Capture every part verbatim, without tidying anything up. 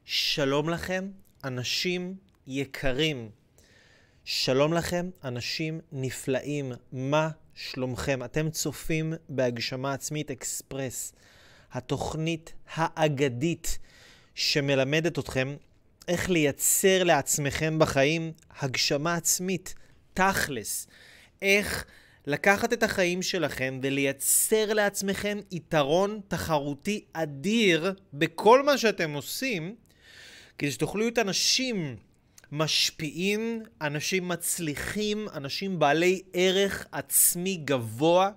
שלום לכם, אנשים יקרים. שלום לכם, אנשים נפלאים. מה שלומכם? אתם צופים בהגשמה עצמית אקספרס, התוכנית האגדית שמלמדת אתכם איך לייצר לעצמכם בחיים הגשמה עצמית, תכלס. איך לקחת את החיים שלכם ולייצר לעצמכם יתרון תחרותי אדיר בכל מה שאתם עושים, כדי שתוכלו להיות אנשים משפיעים, אנשים מצליחים, אנשים בעלי ערך עצמי גבוה,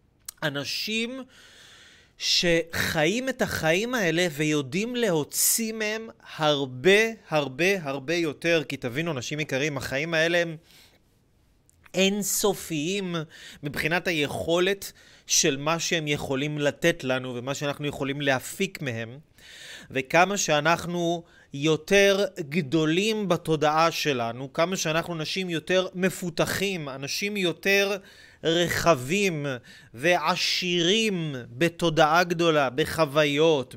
אנשים שחיים את החיים האלה ויודעים להוציא מהם הרבה הרבה הרבה יותר. כי תבינו, אנשים יקרים, החיים האלה הם אינסופיים מבחינת היכולת של מה שהם יכולים לתת לנו ומה שאנחנו יכולים להפיק מהם. וכמה שאנחנו יותר גדולים בתודעה שלנו, כמה שאנחנו אנשים יותר מפותחים, אנשים יותר רחבים ועשירים בתודעה גדולה, בחוויות,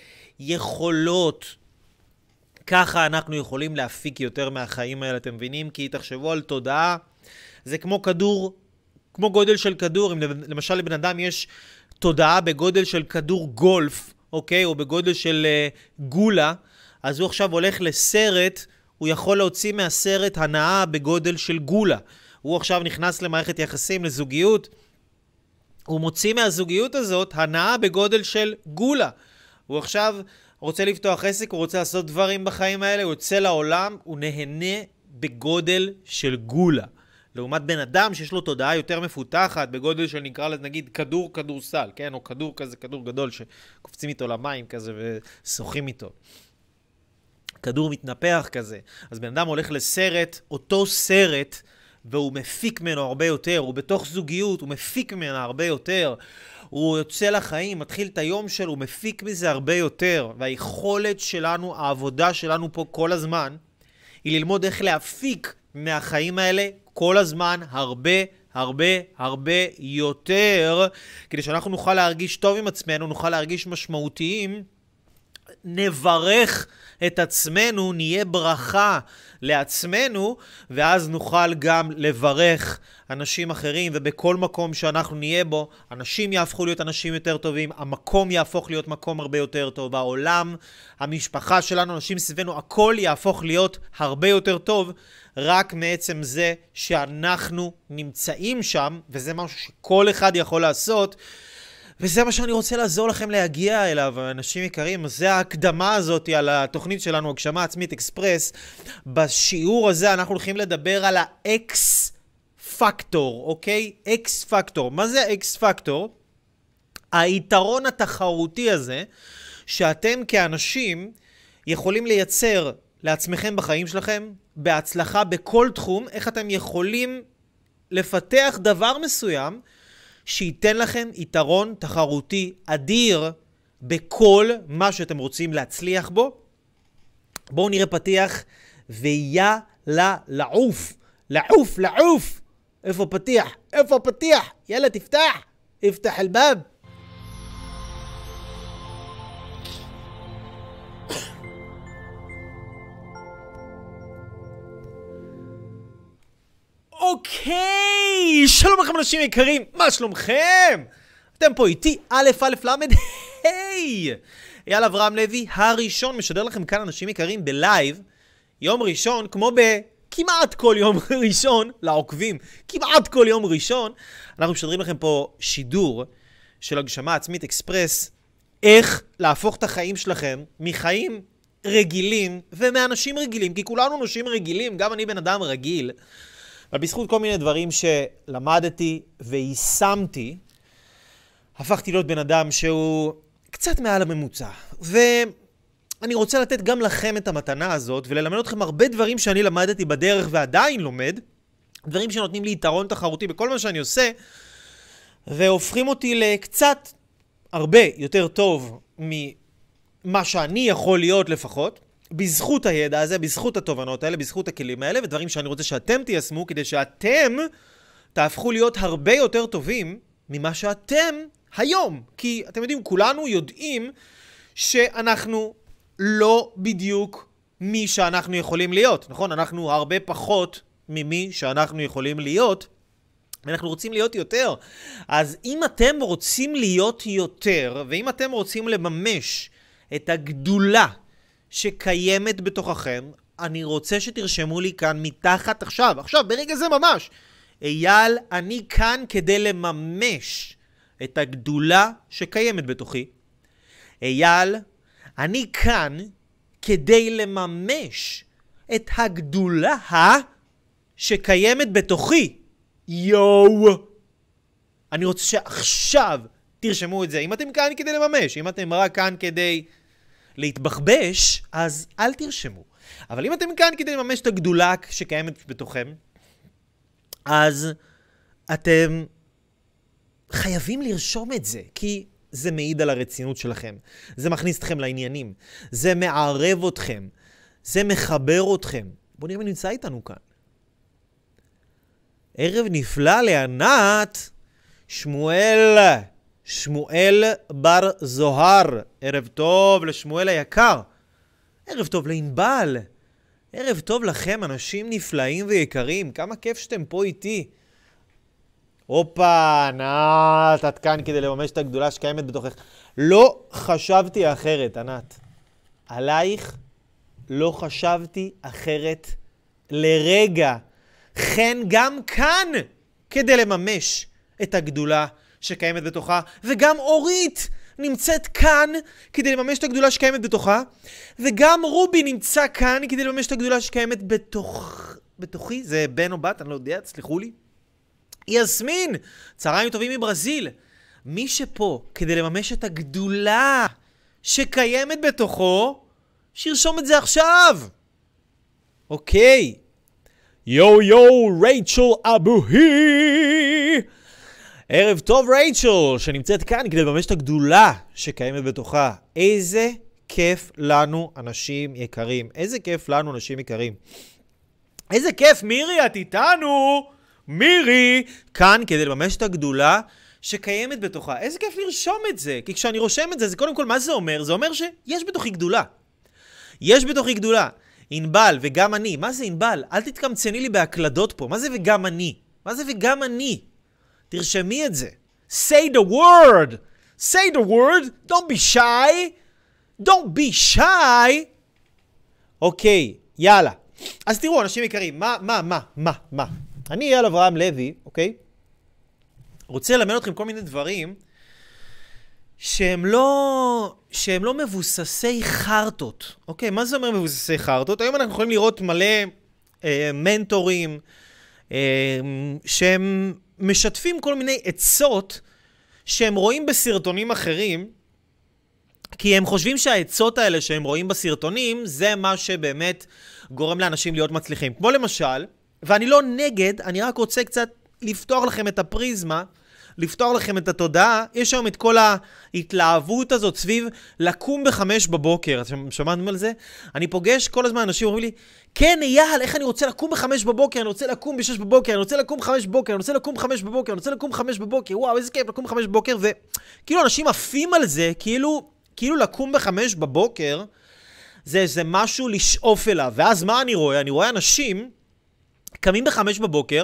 ביכולות, ככה אנחנו יכולים להפיק יותר מהחיים האלה. אתם מבינים? כי תחשבו על תודעה, זה כמו כדור, כמו גודל של כדור. אם למשל לבן אדם יש תודעה בגודל של כדור גולף, אוקיי? או בגודל של uh, גולה, אז הוא עכשיו הולך לסרט, הוא יכול להוציא מהסרט הנאה בגודל של גולה. הוא עכשיו נכנס למערכת יחסים, לזוגיות, הוא מוציא מהזוגיות הזאת הנאה בגודל של גולה. הוא עכשיו רוצה לפתוח עסק, הוא רוצה לעשות דברים בחיים האלה, הוא יוצא לעולם, הוא נהנה בגודל של גולה. לעומת בן אדם שיש לו תודעה יותר מפותחת, בגודל של נקרא לזה נגיד כדור כדורסל, כן? או כדור כזה, כדור גדול שקופצים איתו למים כזה ושוחים איתו. כדור מתנפח כזה. אז בן אדם הולך לסרט, אותו סרט, והוא מפיק ממנו הרבה יותר. הוא בתוך זוגיות, הוא מפיק ממנו הרבה יותר. הוא יוצא לחיים, מתחיל את היום שלו, הוא מפיק מזה הרבה יותר. והיכולת שלנו, העבודה שלנו פה כל הזמן, היא ללמוד איך להפיק מהחיים האלה כל הזמן הרבה הרבה הרבה יותר, כדי שאנחנו נוכל להרגיש טוב עם עצמנו, נוכל להרגיש משמעותיים, נברך את עצמנו, נהיה ברכה לעצמנו, ואז נוכל גם לברך אנשים אחרים. ובכל מקום שאנחנו נהיה בו, אנשים יהפכו להיות אנשים יותר טובים, המקום יהפוך להיות מקום הרבה יותר טוב, העולם, המשפחה שלנו, אנשים סביבנו, הכל יהפוך להיות הרבה יותר טוב, רק מעצם זה שאנחנו נמצאים שם, וזה משהו שכל אחד יכול לעשות, וזה מה שאני רוצה לעזור לכם להגיע אליו, אנשים יקרים. זה ההקדמה הזאת על התוכנית שלנו, הגשמה עצמית אקספרס. בשיעור הזה אנחנו הולכים לדבר על האקס פקטור, אוקיי? אקס פקטור. מה זה האקס פקטור? היתרון התחרותי הזה, שאתם כאנשים יכולים לייצר לעצמכם בחיים שלכם, בהצלחה בכל תחום, איך אתם יכולים לפתח דבר מסוים, שייתן לכם יתרון תחרותי אדיר בכל מה שאתם רוצים להצליח בו. בואו נראה פתיח ויאללה לעוף, לעוף, לעוף. איפה פתיח? איפה פתיח? יאללה תפתח, יפתח אלבאב. אוקיי, שלום לכם אנשים יקרים, מה שלומכם? אתם פה איתי, א' א' למד, היי! אייל אברהם לוי הראשון, משדר לכם כאן אנשים יקרים בלייב, יום ראשון, כמו בכמעט כל יום ראשון, לעוקבים, כמעט כל יום ראשון, אנחנו משדרים לכם פה שידור של הגשמה עצמית אקספרס, איך להפוך את החיים שלכם מחיים רגילים ומאנשים רגילים, כי כולנו אנשים רגילים, גם אני בן אדם רגיל, אבל בזכות כל מיני דברים שלמדתי ויישמתי, הפכתי להיות בן אדם שהוא קצת מעל הממוצע. ואני רוצה לתת גם לכם את המתנה הזאת, וללמד אתכם הרבה דברים שאני למדתי בדרך ועדיין לומד, דברים שנותנים לי יתרון תחרותי בכל מה שאני עושה, והופכים אותי לקצת הרבה יותר טוב ממה שאני יכול להיות לפחות, בזכות הידע הזה, בזכות התובנות האלה, בזכות הכלים האלה, ודברים שאני רוצה שאתם תיישמו, כדי שאתם תהפכו להיות הרבה יותר טובים ממה שאתם היום. כי אתם יודעים, כולנו יודעים שאנחנו לא בדיוק מי שאנחנו יכולים להיות, נכון? אנחנו הרבה פחות ממי שאנחנו יכולים להיות, ואנחנו רוצים להיות יותר. אז אם אתם רוצים להיות יותר, ואם אתם רוצים לממש את הגדולה שקיימת בתוככם, אני רוצה שתרשמו לי כאן מתחת עכשיו, עכשיו, ברגע זה ממש. אייל, אני כאן כדי לממש את הגדולה שקיימת בתוכי. אייל, אני כאן כדי לממש את הגדולה שקיימת בתוכי. יואו! אני רוצה שעכשיו תרשמו את זה. אם אתם כאן כדי לממש, אם אתם רק כאן כדי להתבחבש, אז אל תרשמו. אבל אם אתם כאן כדי לממש את הגדולה שקיימת בתוכם, אז אתם חייבים לרשום את זה, כי זה מעיד על הרצינות שלכם. זה מכניס אתכם לעניינים. זה מערב אתכם. זה מחבר אתכם. בואו נראה מי נמצא איתנו כאן. ערב נפלא לענת. שמואל. שמואל בר זוהר. ערב טוב לשמואל היקר. ערב טוב לענבל. ערב טוב לכם, אנשים נפלאים ויקרים. כמה כיף שאתם פה איתי. הופה, ענת, את כאן כדי לממש את הגדולה שקיימת בתוכך. לא חשבתי אחרת, ענת. עלייך לא חשבתי אחרת לרגע. כן, גם כאן כדי לממש את הגדולה שקיימת בתוכה. וגם אורית נמצאת כאן כדי לממש את הגדולה שקיימת בתוכה. וגם רובי נמצא כאן כדי לממש את הגדולה שקיימת בתוך... בתוכי. זה בן או בת, אני לא יודע, תסלחו לי. יסמין, צהריים טובים מברזיל. מי שפה כדי לממש את הגדולה שקיימת בתוכו, שירשום את זה עכשיו. אוקיי. יו יו, רייצ'ל אבוהי. ערב טוב רייצ'ל, שנמצאת כאן כדי לממש את הגדולה שקיימת בתוכה. איזה כיף לנו אנשים יקרים. איזה כיף לנו אנשים יקרים. איזה כיף, מירי, את איתנו. מירי, כאן כדי לממש את הגדולה שקיימת בתוכה. איזה כיף לרשום את זה, כי כשאני רושם את זה, זה קודם כל מה זה אומר? זה אומר שיש בתוכי גדולה. יש בתוכי גדולה. ענבל וגם אני. מה זה ענבל? אל תתקמצני לי בהקלדות פה. מה זה וגם אני? מה זה וגם אני? תרשמי את זה. Say the word. Say the word. Don't be shy. Don't be shy. אוקיי, יאללה. אז תראו, אנשים יקרים, מה, מה, מה, מה, מה? אני אייל אברהם לוי, אוקיי? רוצה ללמד אתכם כל מיני דברים שהם לא, שהם לא מבוססי חרטות, אוקיי? מה זה אומר מבוססי חרטות? היום אנחנו יכולים לראות מלא אה, מנטורים אה, שהם משתפים כל מיני עצות שהם רואים בסרטונים אחרים, כי הם חושבים שהעצות האלה שהם רואים בסרטונים זה מה שבאמת גורם לאנשים להיות מצליחים. כמו למשל, ואני לא נגד, אני רק רוצה קצת לפתוח לכם את הפריזמה, לפתוח לכם את התודעה. יש היום את כל ההתלהבות הזאת סביב לקום בחמש בבוקר. אתם שמעתם על זה? אני פוגש כל הזמן אנשים אומרים לי, כן אייל, איך אני רוצה לקום בחמש בבוקר, אני רוצה לקום בשש בבוקר, אני רוצה לקום בחמש בבוקר, אני רוצה לקום בחמש בבוקר, אני רוצה לקום בחמש בבוקר, וואו, איזה כיף לקום בחמש בבוקר, וכאילו אנשים עפים על זה, כאילו, כאילו לקום בחמש בבוקר, זה איזה משהו לשאוף אליו. ואז מה אני רואה? אני רואה אנשים קמים בחמש בבוקר,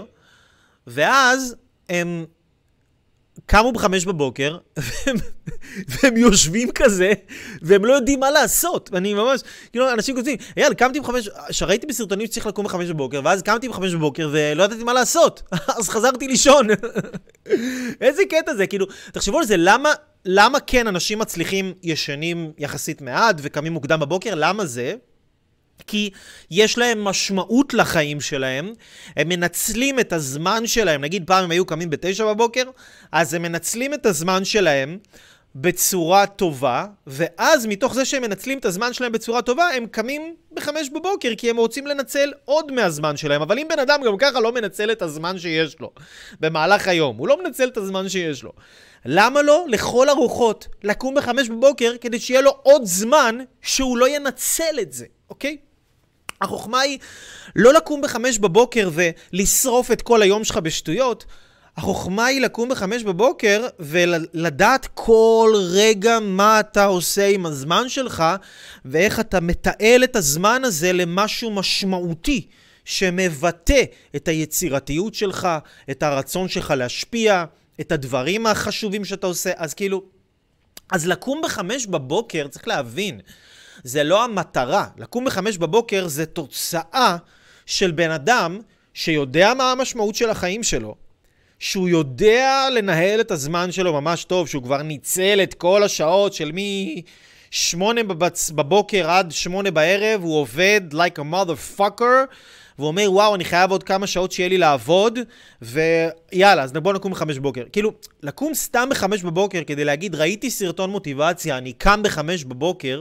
ואז הם קמו בחמש בבוקר, והם, והם יושבים כזה, והם לא יודעים מה לעשות. ואני ממש, כאילו, אנשים כותבים, אייל, קמתי בחמש, שראיתי בסרטונים שצריך לקום בחמש בבוקר, ואז קמתי בחמש בבוקר, ולא ידעתי מה לעשות. אז חזרתי לישון. איזה קטע זה, כאילו, תחשבו על זה, למה, למה כן אנשים מצליחים ישנים יחסית מעט, וקמים מוקדם בבוקר? למה זה? כי יש להם משמעות לחיים שלהם, הם מנצלים את הזמן שלהם, נגיד פעם הם היו קמים בתשע בבוקר, אז הם מנצלים את הזמן שלהם בצורה טובה, ואז מתוך זה שהם מנצלים את הזמן שלהם בצורה טובה, הם קמים בחמש בבוקר, כי הם רוצים לנצל עוד מהזמן שלהם. אבל אם בן אדם גם ככה לא מנצל את הזמן שיש לו במהלך היום, הוא לא מנצל את הזמן שיש לו, למה לא לכל הרוחות לקום בחמש בבוקר כדי שיהיה לו עוד זמן שהוא לא ינצל את זה, אוקיי? החוכמה היא לא לקום בחמש בבוקר ולשרוף את כל היום שלך בשטויות. החוכמה היא לקום בחמש בבוקר ולדעת כל רגע מה אתה עושה עם הזמן שלך ואיך אתה מתעל את הזמן הזה למשהו משמעותי שמבטא את היצירתיות שלך, את הרצון שלך להשפיע, את הדברים החשובים שאתה עושה. אז כאילו, אז לקום בחמש בבוקר, צריך להבין, זה לא המטרה. לקום בחמש בבוקר זה תוצאה של בן אדם שיודע מה המשמעות של החיים שלו, שהוא יודע לנהל את הזמן שלו ממש טוב, שהוא כבר ניצל את כל השעות של מ-שמונה בבוקר עד שמונה בערב, הוא עובד like a motherfucker, והוא אומר, וואו, אני חייב עוד כמה שעות שיהיה לי לעבוד, ויאללה, אז בוא נקום בחמש בבוקר. כאילו, לקום סתם בחמש בבוקר כדי להגיד, ראיתי סרטון מוטיבציה, אני קם בחמש בבוקר,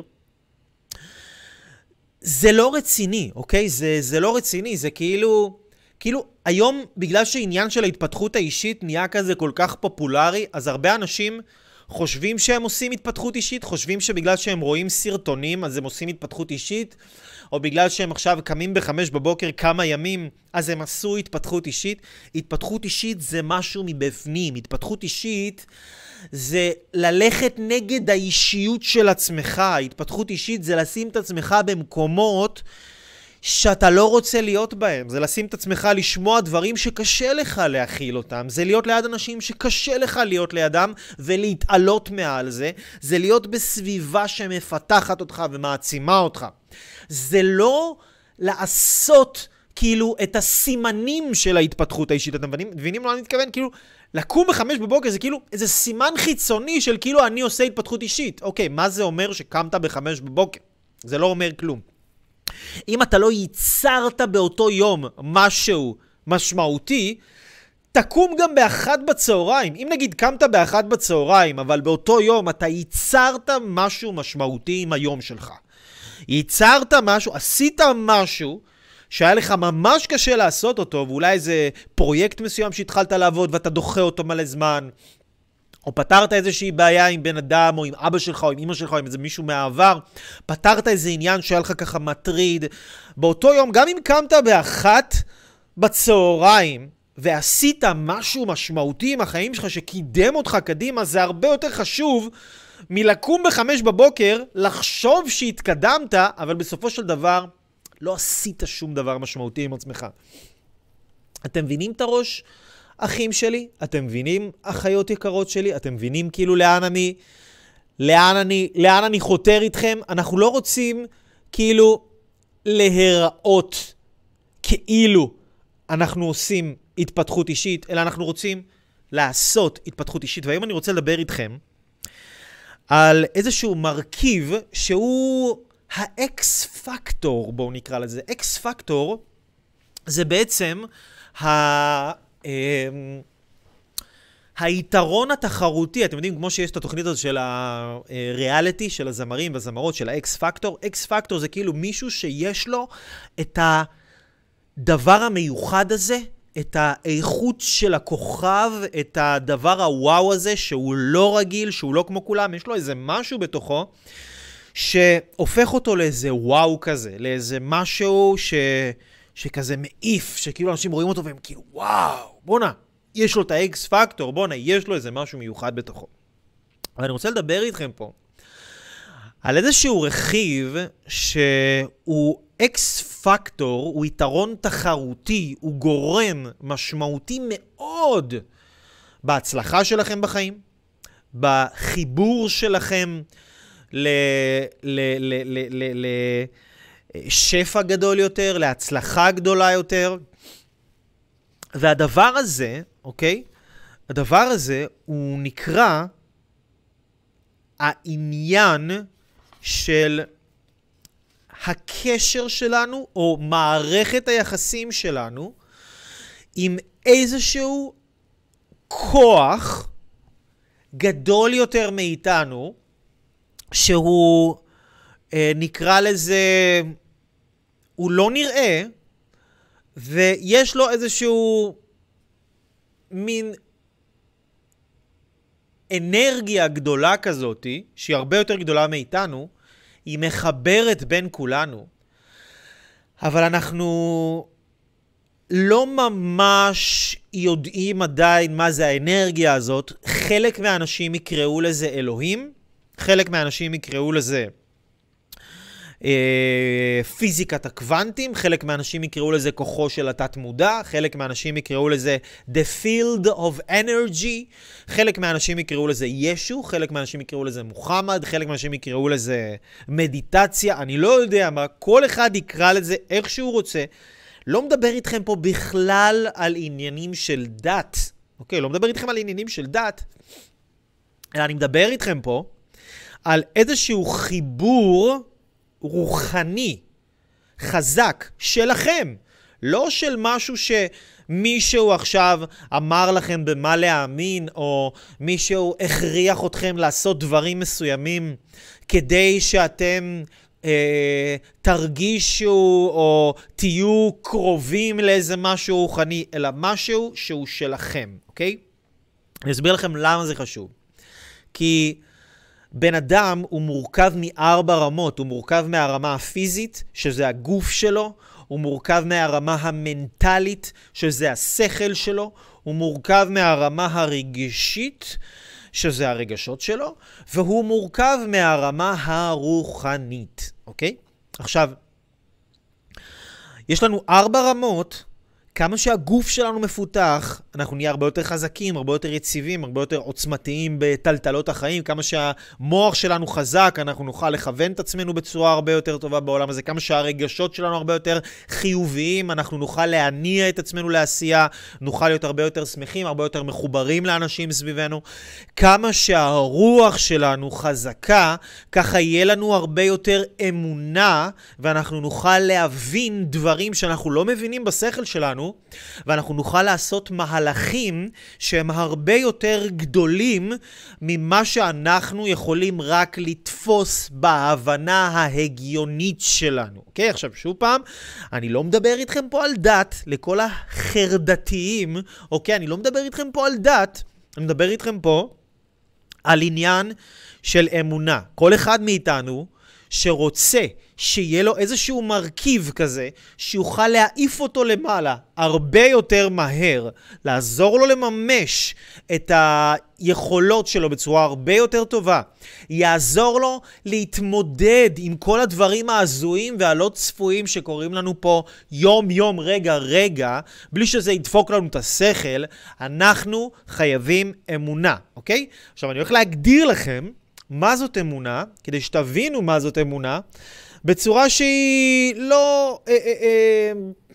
זה לא רציני, אוקיי? זה, זה לא רציני, זה כאילו, כאילו, היום, בגלל שעניין של ההתפתחות האישית נהיה כזה כל כך פופולרי, אז הרבה אנשים חושבים שהם עושים התפתחות אישית, חושבים שבגלל שהם רואים סרטונים, אז הם עושים התפתחות אישית, או בגלל שהם עכשיו קמים בחמש בבוקר כמה ימים, אז הם עשו התפתחות אישית. התפתחות אישית זה משהו מבפנים. התפתחות אישית זה ללכת נגד האישיות של עצמך. התפתחות אישית זה לשים את עצמך במקומות שאתה לא רוצה להיות בהם. זה לשים את עצמך לשמוע דברים שקשה לך להכיל אותם. זה להיות ליד אנשים שקשה לך להיות לידם ולהתעלות מעל זה. זה להיות בסביבה שמפתחת אותך ומעצימה אותך. זה לא לעשות כאילו את הסימנים של ההתפתחות האישית. אתם מבינים, מבינים מה אני מתכוון? כאילו, לקום בחמש בבוקר זה כאילו איזה סימן חיצוני של כאילו אני עושה התפתחות אישית. אוקיי, מה זה אומר שקמת בחמש בבוקר? זה לא אומר כלום. אם אתה לא ייצרת באותו יום משהו משמעותי, תקום גם באחת בצהריים. אם נגיד קמת באחת בצהריים, אבל באותו יום אתה ייצרת משהו משמעותי עם היום שלך. ייצרת משהו, עשית משהו שהיה לך ממש קשה לעשות אותו, ואולי איזה פרויקט מסוים שהתחלת לעבוד ואתה דוחה אותו מלא זמן, או פתרת איזושהי בעיה עם בן אדם, או עם אבא שלך, או עם אמא שלך, או עם איזה מישהו מהעבר, פתרת איזה עניין שהיה לך ככה מטריד. באותו יום, גם אם קמת באחת בצהריים, ועשית משהו משמעותי עם החיים שלך שקידם אותך קדימה, זה הרבה יותר חשוב מלקום בחמש בבוקר, לחשוב שהתקדמת, אבל בסופו של דבר לא עשית שום דבר משמעותי עם עצמך. אתם מבינים את הראש, אחים שלי? אתם מבינים, אחיות יקרות שלי? אתם מבינים כאילו לאן אני, לאן אני, לאן אני חותר איתכם? אנחנו לא רוצים כאילו להיראות כאילו אנחנו עושים התפתחות אישית, אלא אנחנו רוצים לעשות התפתחות אישית. והיום אני רוצה לדבר איתכם על איזשהו מרכיב שהוא האקס פקטור, בואו נקרא לזה. אקס פקטור זה בעצם ה... היתרון התחרותי. אתם יודעים, כמו שיש את התוכנית הזאת של הריאליטי, של הזמרים והזמרות, של האקס פקטור. אקס פקטור זה כאילו מישהו שיש לו את הדבר המיוחד הזה, את האיכות של הכוכב, את הדבר הוואו הזה, שהוא לא רגיל, שהוא לא כמו כולם, יש לו איזה משהו בתוכו, שהופך אותו לאיזה וואו כזה, לאיזה משהו ש... שכזה מעיף, שכאילו אנשים רואים אותו והם כאילו, וואו, בונה, יש לו את האקס פקטור, בונה, יש לו איזה משהו מיוחד בתוכו. אבל אני רוצה לדבר איתכם פה על איזשהו רכיב שהוא אקס פקטור, הוא יתרון תחרותי, הוא גורם משמעותי מאוד בהצלחה שלכם בחיים, בחיבור שלכם ל... ל... ל... ל... ל... שפע גדול יותר, להצלחה גדולה יותר. והדבר הזה, אוקיי? הדבר הזה הוא נקרא העניין של הקשר שלנו, או מערכת היחסים שלנו, עם איזשהו כוח גדול יותר מאיתנו, שהוא אה, נקרא לזה, הוא לא נראה, ויש לו איזשהו מין אנרגיה גדולה כזאת, שהיא הרבה יותר גדולה מאיתנו, היא מחברת בין כולנו, אבל אנחנו לא ממש יודעים עדיין מה זה האנרגיה הזאת. חלק מהאנשים יקראו לזה אלוהים, חלק מהאנשים יקראו לזה אה, פיזיקת הקוונטים, חלק מהאנשים יקראו לזה כוחו של התת מודע, חלק מהאנשים יקראו לזה the field of energy, חלק מהאנשים יקראו לזה ישו, חלק מהאנשים יקראו לזה מוחמד, חלק מהאנשים יקראו לזה מדיטציה, אני לא יודע מה, כל אחד יקרא לזה איך שהוא רוצה. לא מדבר איתכם פה בכלל על עניינים של דת, אוקיי? לא מדבר איתכם על עניינים של דת, אלא אני מדבר איתכם פה על איזשהו חיבור רוחני, חזק, שלכם. לא של משהו שמישהו עכשיו אמר לכם במה להאמין, או מישהו הכריח אתכם לעשות דברים מסוימים, כדי שאתם אה, תרגישו או תהיו קרובים לאיזה משהו רוחני, אלא משהו שהוא שלכם, אוקיי? אני אסביר לכם למה זה חשוב. כי בן אדם הוא מורכב מארבע רמות, הוא מורכב מהרמה הפיזית, שזה הגוף שלו, הוא מורכב מהרמה המנטלית, שזה השכל שלו, הוא מורכב מהרמה הרגשית, שזה הרגשות שלו, והוא מורכב מהרמה הרוחנית, אוקיי? עכשיו, יש לנו ארבע רמות. כמה שהגוף שלנו מפותח, אנחנו נהיה הרבה יותר חזקים, הרבה יותר יציבים, הרבה יותר עוצמתיים בטלטלות החיים. כמה שהמוח שלנו חזק, אנחנו נוכל לכוון את עצמנו בצורה הרבה יותר טובה בעולם הזה. כמה שהרגשות שלנו הרבה יותר חיוביים, אנחנו נוכל להניע את עצמנו לעשייה, נוכל להיות הרבה יותר שמחים, הרבה יותר מחוברים לאנשים סביבנו. כמה שהרוח שלנו חזקה, ככה יהיה לנו הרבה יותר אמונה, ואנחנו נוכל להבין דברים שאנחנו לא מבינים בשכל שלנו, ואנחנו נוכל לעשות מהלכים שהם הרבה יותר גדולים ממה שאנחנו יכולים רק לתפוס בהבנה ההגיונית שלנו. אוקיי? עכשיו שוב פעם, אני לא מדבר איתכם פה על דת, לכל החרדתיים, אוקיי? אני לא מדבר איתכם פה על דת, אני מדבר איתכם פה על עניין של אמונה. כל אחד מאיתנו שרוצה שיהיה לו איזשהו מרכיב כזה, שיוכל להעיף אותו למעלה הרבה יותר מהר, לעזור לו לממש את היכולות שלו בצורה הרבה יותר טובה, יעזור לו להתמודד עם כל הדברים ההזויים והלא צפויים שקורים לנו פה יום יום, רגע רגע, בלי שזה ידפוק לנו את השכל. אנחנו חייבים אמונה, אוקיי? עכשיו אני הולך להגדיר לכם מה זאת אמונה, כדי שתבינו מה זאת אמונה, בצורה שהיא לא... אה, אה, אה,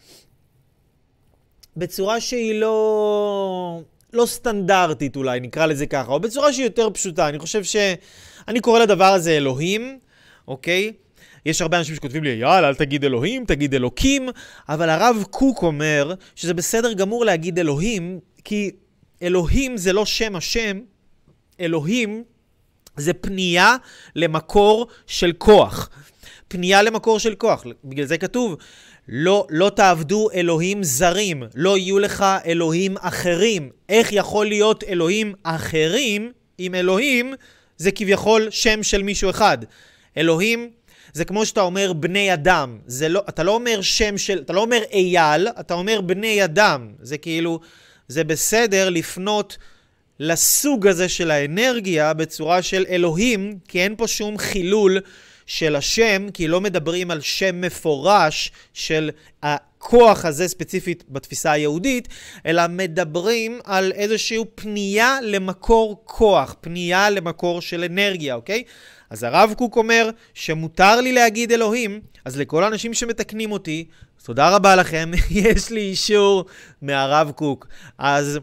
בצורה שהיא לא... לא סטנדרטית אולי, נקרא לזה ככה, או בצורה שהיא יותר פשוטה. אני חושב ש... אני קורא לדבר הזה אלוהים, אוקיי? יש הרבה אנשים שכותבים לי, יאללה, אל תגיד אלוהים, תגיד אלוקים, אבל הרב קוק אומר שזה בסדר גמור להגיד אלוהים, כי אלוהים זה לא שם השם, אלוהים זה פנייה למקור של כוח. פנייה למקור של כוח. בגלל זה כתוב, לא, לא תעבדו אלוהים זרים, לא יהיו לך אלוהים אחרים. איך יכול להיות אלוהים אחרים אם אלוהים זה כביכול שם של מישהו אחד? אלוהים זה כמו שאתה אומר בני אדם. זה לא, אתה לא אומר שם של, אתה לא אומר אייל, אתה אומר בני אדם. זה כאילו, זה בסדר לפנות לסוג הזה של האנרגיה בצורה של אלוהים, כי אין פה שום חילול של השם, כי לא מדברים על שם מפורש של הכוח הזה ספציפית בתפיסה היהודית, אלא מדברים על איזושהי פנייה למקור כוח, פנייה למקור של אנרגיה, אוקיי? אז הרב קוק אומר שמותר לי להגיד אלוהים, אז לכל האנשים שמתקנים אותי, תודה רבה לכם, יש לי אישור מהרב קוק. אז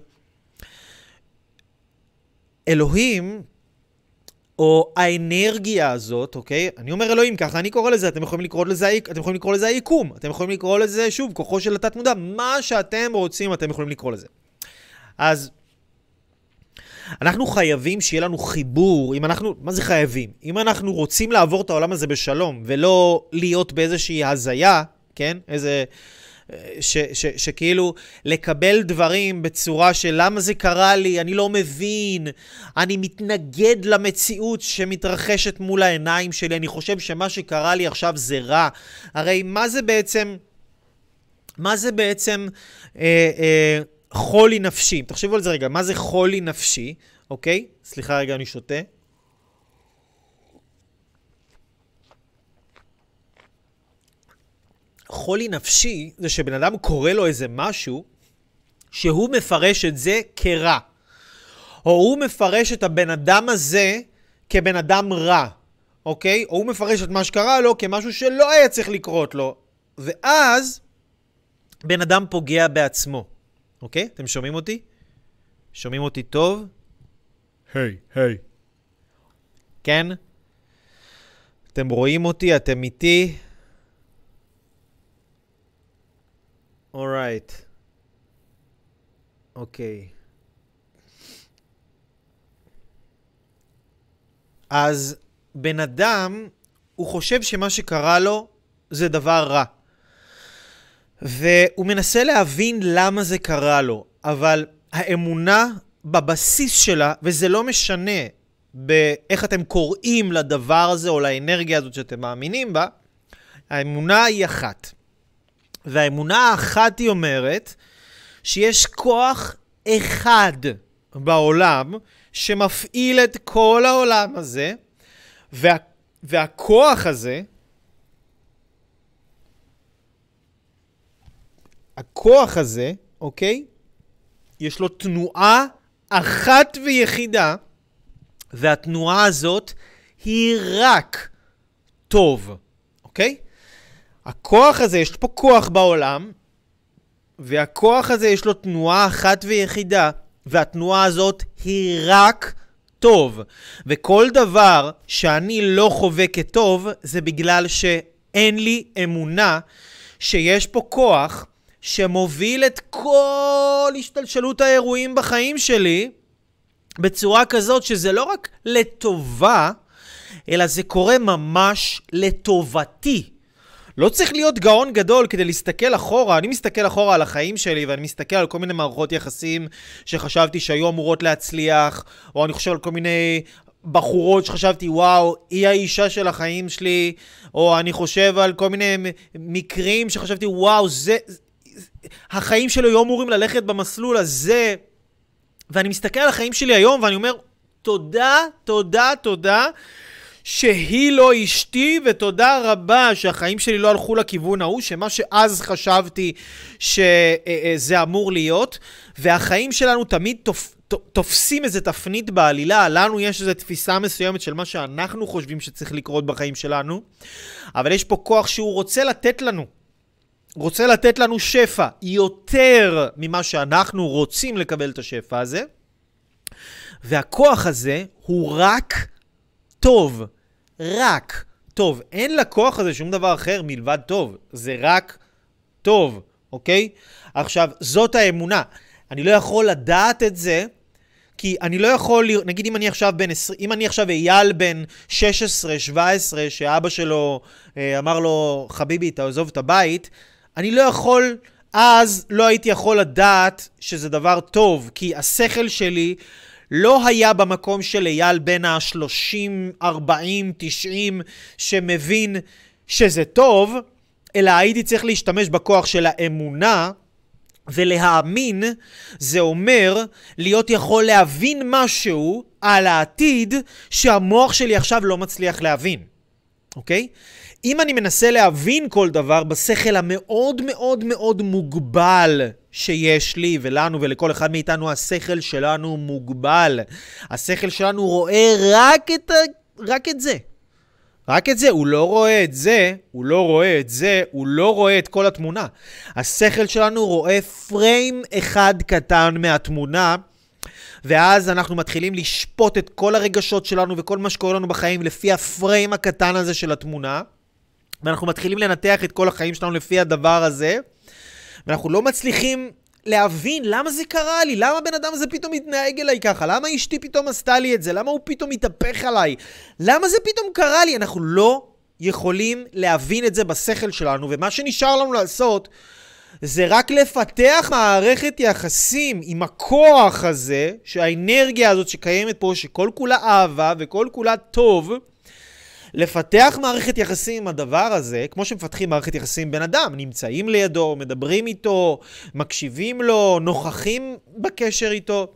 אלוהים, או האנרגיה הזאת, אוקיי? אני אומר אלוהים, ככה אני קורא לזה, אתם יכולים לקרוא לזה, אתם יכולים לקרוא לזה היקום, אתם יכולים לקרוא לזה, שוב, כוחו של התת מודע, מה שאתם רוצים, אתם יכולים לקרוא לזה. אז אנחנו חייבים שיהיה לנו חיבור, אם אנחנו, מה זה חייבים? אם אנחנו רוצים לעבור את העולם הזה בשלום, ולא להיות באיזושהי הזיה, כן? איזה... ש, ש, שכאילו לקבל דברים בצורה של למה זה קרה לי, אני לא מבין, אני מתנגד למציאות שמתרחשת מול העיניים שלי, אני חושב שמה שקרה לי עכשיו זה רע. הרי מה זה בעצם מה זה בעצם אה, אה, חולי נפשי? תחשבו על זה רגע, מה זה חולי נפשי? אוקיי? סליחה רגע, אני שותה. חולי נפשי זה שבן אדם קורא לו איזה משהו שהוא מפרש את זה כרע. או הוא מפרש את הבן אדם הזה כבן אדם רע. אוקיי? או הוא מפרש את מה שקרה לו כמשהו שלא היה צריך לקרות לו. ואז בן אדם פוגע בעצמו. אוקיי? אתם שומעים אותי? שומעים אותי טוב? היי, היי. כן? אתם רואים אותי? אתם איתי? אורייט. אוקיי. אז בן אדם, הוא חושב שמה שקרה לו זה דבר רע. והוא מנסה להבין למה זה קרה לו. אבל האמונה בבסיס שלה, וזה לא משנה באיך אתם קוראים לדבר הזה או לאנרגיה הזאת שאתם מאמינים בה, האמונה היא אחת. והאמונה האחת היא אומרת שיש כוח אחד בעולם שמפעיל את כל העולם הזה, וה, והכוח הזה, הכוח הזה, אוקיי? יש לו תנועה אחת ויחידה, והתנועה הזאת היא רק טוב, אוקיי? הכוח הזה, יש פה כוח בעולם, והכוח הזה יש לו תנועה אחת ויחידה, והתנועה הזאת היא רק טוב. וכל דבר שאני לא חווה כטוב, זה בגלל שאין לי אמונה שיש פה כוח שמוביל את כל השתלשלות האירועים בחיים שלי, בצורה כזאת שזה לא רק לטובה, אלא זה קורה ממש לטובתי. לא צריך להיות גאון גדול כדי להסתכל אחורה. אני מסתכל אחורה על החיים שלי, ואני מסתכל על כל מיני מערכות יחסים שחשבתי שהיו אמורות להצליח, או אני חושב על כל מיני בחורות שחשבתי, וואו, היא האישה של החיים שלי, או אני חושב על כל מיני מקרים שחשבתי, וואו, זה, החיים שלי היו אמורים ללכת במסלול הזה, ואני מסתכל על החיים שלי היום, ואני אומר, תודה, תודה, תודה, שהיא לא אשתי, ותודה רבה שהחיים שלי לא הלכו לכיוון ההוא, שמה שאז חשבתי שזה אמור להיות, והחיים שלנו תמיד תופ... תופסים איזה תפנית בעלילה, לנו יש איזו תפיסה מסוימת של מה שאנחנו חושבים שצריך לקרות בחיים שלנו, אבל יש פה כוח שהוא רוצה לתת לנו, רוצה לתת לנו שפע, יותר ממה שאנחנו רוצים לקבל את השפע הזה, והכוח הזה הוא רק טוב, רק טוב. אין לכוח הזה שום דבר אחר מלבד טוב, זה רק טוב, אוקיי? עכשיו, זאת האמונה. אני לא יכול לדעת את זה, כי אני לא יכול, נגיד אם אני עכשיו בן עשרים, אם אני עכשיו אייל בן שש עשרה שבע עשרה, שאבא שלו אה, אמר לו, חביבי, תעזוב את הבית, אני לא יכול, אז לא הייתי יכול לדעת שזה דבר טוב, כי השכל שלי לא היה במקום של אייל בין ה-שלושים, ארבעים, תשעים, שמבין שזה טוב, אלא הייתי צריך להשתמש בכוח של האמונה, ולהאמין זה אומר להיות יכול להבין משהו על העתיד שהמוח שלי עכשיו לא מצליח להבין. אוקיי? אם אני מנסה להבין כל דבר בשכל המאוד מאוד מאוד מוגבל שיש לי ולנו ולכל אחד מאיתנו, השכל שלנו מוגבל. השכל שלנו רואה רק את, ה... רק את זה. רק את זה, הוא לא רואה את זה, הוא לא רואה את זה, הוא לא רואה את כל התמונה. השכל שלנו רואה פריים אחד קטן מהתמונה, ואז אנחנו מתחילים לשפוט את כל הרגשות שלנו וכל מה שקורה לנו בחיים לפי הפריים הקטן הזה של התמונה, ואנחנו מתחילים לנתח את כל החיים שלנו לפי הדבר הזה, ואנחנו לא מצליחים להבין למה זה קרה לי, למה בן אדם הזה פתאום מתנהג אליי ככה, למה אשתי פתאום עשתה לי את זה, למה הוא פתאום מתהפך עליי, למה זה פתאום קרה לי. אנחנו לא יכולים להבין את זה בשכל שלנו, ומה שנשאר לנו לעשות זה רק לפתח מערכת יחסים עם הכוח הזה, שהאנרגיה הזאת שקיימת פה, שכל כולה אהבה וכל כולה טוב, לפתח מערכת יחסים עם הדבר הזה, כמו שמפתחים מערכת יחסים בין אדם, נמצאים לידו, מדברים איתו, מקשיבים לו, נוכחים בקשר איתו,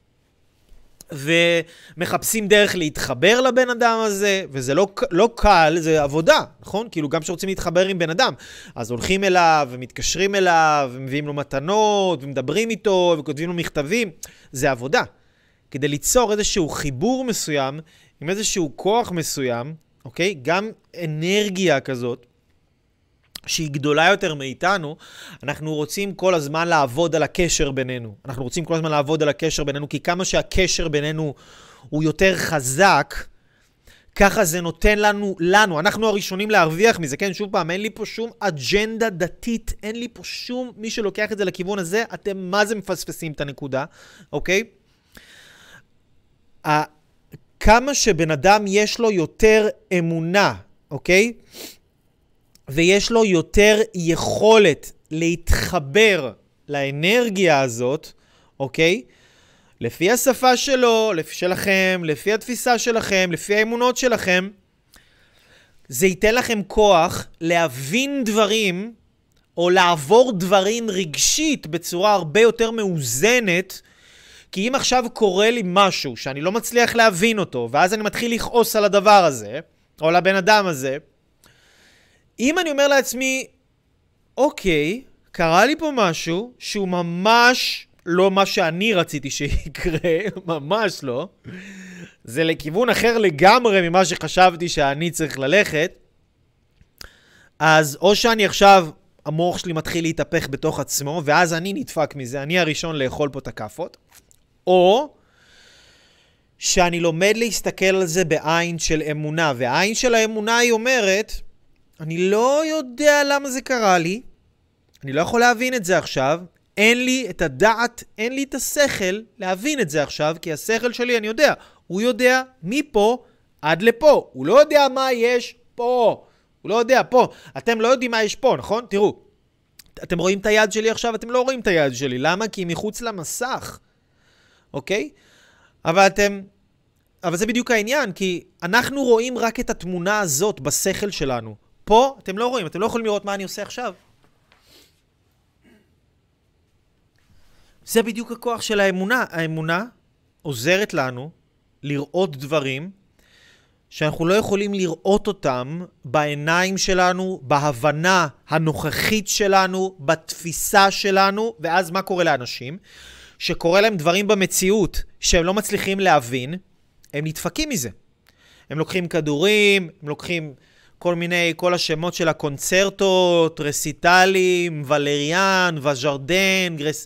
ומחפשים דרך להתחבר לבן אדם הזה, וזה לא, לא קל, זה עבודה, נכון? כאילו גם שרוצים להתחבר עם בן אדם, אז הולכים אליו ומתקשרים אליו, ומביאים לו מתנות, ומדברים איתו, וכותבים לו מכתבים, זה עבודה. כדי ליצור איזשהו חיבור מסוים, עם איזשהו כוח מסוים, אוקיי? גם אנרגיה כזאת, שהיא גדולה יותר מאיתנו, אנחנו רוצים כל הזמן לעבוד על הקשר בינינו. אנחנו רוצים כל הזמן לעבוד על הקשר בינינו, כי כמה שהקשר בינינו הוא יותר חזק, ככה זה נותן לנו, לנו, אנחנו הראשונים להרוויח מזה, כן? שוב פעם, אין לי פה שום אג'נדה דתית, אין לי פה שום, מי שלוקח את זה לכיוון הזה, אתם מה זה מפספסים את הנקודה, אוקיי? כמה שבן אדם יש לו יותר אמונה, אוקיי? ויש לו יותר יכולת להתחבר לאנרגיה הזאת, אוקיי? לפי השפה שלו, לפי שלכם, לפי התפיסה שלכם, לפי האמונות שלכם, זה ייתן לכם כוח להבין דברים, או לעבור דברים רגשית בצורה הרבה יותר מאוזנת, כי אם עכשיו קורה לי משהו שאני לא מצליח להבין אותו, ואז אני מתחיל לכעוס על הדבר הזה, או על הבן אדם הזה, אם אני אומר לעצמי, אוקיי, קרה לי פה משהו שהוא ממש לא מה שאני רציתי שיקרה, ממש לא, זה לכיוון אחר לגמרי ממה שחשבתי שאני צריך ללכת, אז או שאני עכשיו, המוח שלי מתחיל להתהפך בתוך עצמו, ואז אני נדפק מזה, אני הראשון לאכול פה את הכפות, או שאני לומד להסתכל על זה בעין של אמונה, והעין של האמונה היא אומרת, אני לא יודע למה זה קרה לי, אני לא יכול להבין את זה עכשיו, אין לי את הדעת, אין לי את השכל להבין את זה עכשיו, כי השכל שלי, אני יודע, הוא יודע מפה עד לפה, הוא לא יודע מה יש פה, הוא לא יודע פה, אתם לא יודעים מה יש פה, נכון? תראו, אתם רואים את היד שלי עכשיו, אתם לא רואים את היד שלי, למה? כי היא מחוץ למסך, אוקיי? אבל אתם, אבל זה בדיוק העניין, כי אנחנו רואים רק את התמונה הזאת בשכל שלנו, פה אתם לא רואים, אתם לא יכולים לראות מה אני עושה עכשיו. זה בדיוק הכוח של האמונה. האמונה עוזרת לנו לראות דברים שאנחנו לא יכולים לראות אותם בעיניים שלנו, בהבנה הנוכחית שלנו, בתפיסה שלנו, ואז מה קורה לאנשים? שקורה להם דברים במציאות שהם לא מצליחים להבין, הם נדפקים מזה. הם לוקחים כדורים, הם לוקחים כל מיני, כל השמות של הקונצרטות, רסיטלים, ולריאן, וז'רדן, גרס,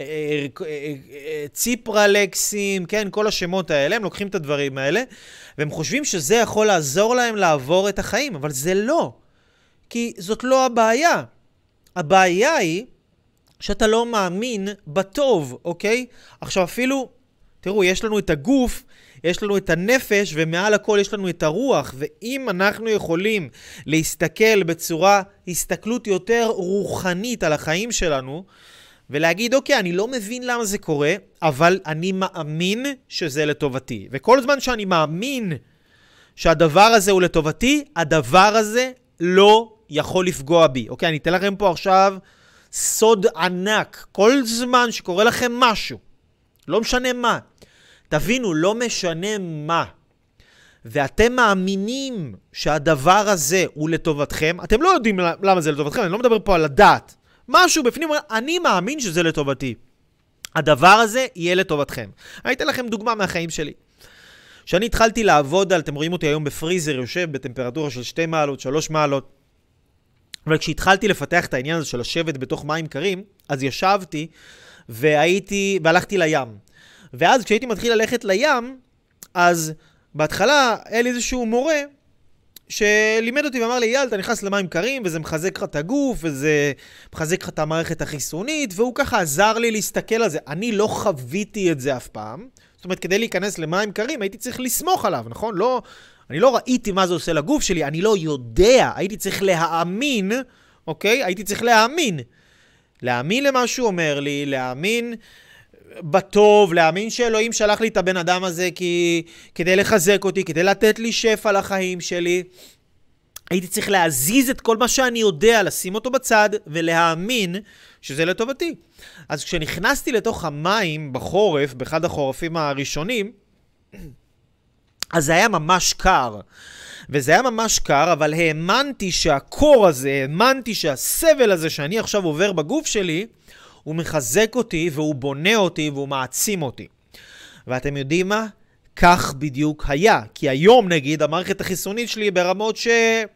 ציפרלקסים, כן, כל השמות האלה, הם לוקחים את הדברים האלה, והם חושבים שזה יכול לעזור להם לעבור את החיים, אבל זה לא. כי זאת לא הבעיה. הבעיה היא שאתה לא מאמין בטוב, אוקיי? עכשיו אפילו, תראו, יש לנו את הגוף, יש לנו את הנפש, ומעל הכל יש לנו את הרוח, ואם אנחנו יכולים להסתכל בצורה, הסתכלות יותר רוחנית על החיים שלנו, ולהגיד, אוקיי, אני לא מבין למה זה קורה, אבל אני מאמין שזה לטובתי. וכל זמן שאני מאמין שהדבר הזה הוא לטובתי, הדבר הזה לא יכול לפגוע בי. אוקיי, אני אתן לכם פה עכשיו סוד ענק. כל זמן שקורה לכם משהו, לא משנה מה, תבינו, לא משנה מה, ואתם מאמינים שהדבר הזה הוא לטובתכם, אתם לא יודעים למה זה לטובתכם, אני לא מדבר פה על הדעת. משהו בפנים, אני מאמין שזה לטובתי. הדבר הזה יהיה לטובתכם. אני אתן לכם דוגמה מהחיים שלי. כשאני התחלתי לעבוד על, אתם רואים אותי היום בפריזר, יושב בטמפרטורה של שתי מעלות, שלוש מעלות, אבל כשהתחלתי לפתח את העניין הזה של לשבת בתוך מים קרים, אז ישבתי והייתי, והלכתי לים. ואז כשהייתי מתחיל ללכת לים, אז בהתחלה היה לי איזשהו מורה שלימד אותי ואמר לי, יאל, אתה נכנס למים קרים, וזה מחזק לך את הגוף, וזה מחזק לך את המערכת החיסונית, והוא ככה עזר לי להסתכל על זה. אני לא חוויתי את זה אף פעם. זאת אומרת, כדי להיכנס למים קרים, הייתי צריך לסמוך עליו, נכון? לא, אני לא ראיתי מה זה עושה לגוף שלי, אני לא יודע, הייתי צריך להאמין, אוקיי? הייתי צריך להאמין. להאמין למה שהוא אומר לי, להאמין בטוב, להאמין שאלוהים שלח לי את הבן אדם הזה כי, כדי לחזק אותי, כדי לתת לי שפע לחיים שלי. הייתי צריך להזיז את כל מה שאני יודע, לשים אותו בצד ולהאמין שזה לטובתי. אז כשנכנסתי לתוך המים בחורף, באחד החורפים הראשונים, אז זה היה ממש קר. וזה היה ממש קר, אבל האמנתי שהקור הזה, האמנתי שהסבל הזה שאני עכשיו עובר בגוף שלי, הוא מחזק אותי והוא בונה אותי והוא מעצים אותי. ואתם יודעים מה? כך בדיוק היה. כי היום נגיד המערכת החיסונית שלי ברמות ש...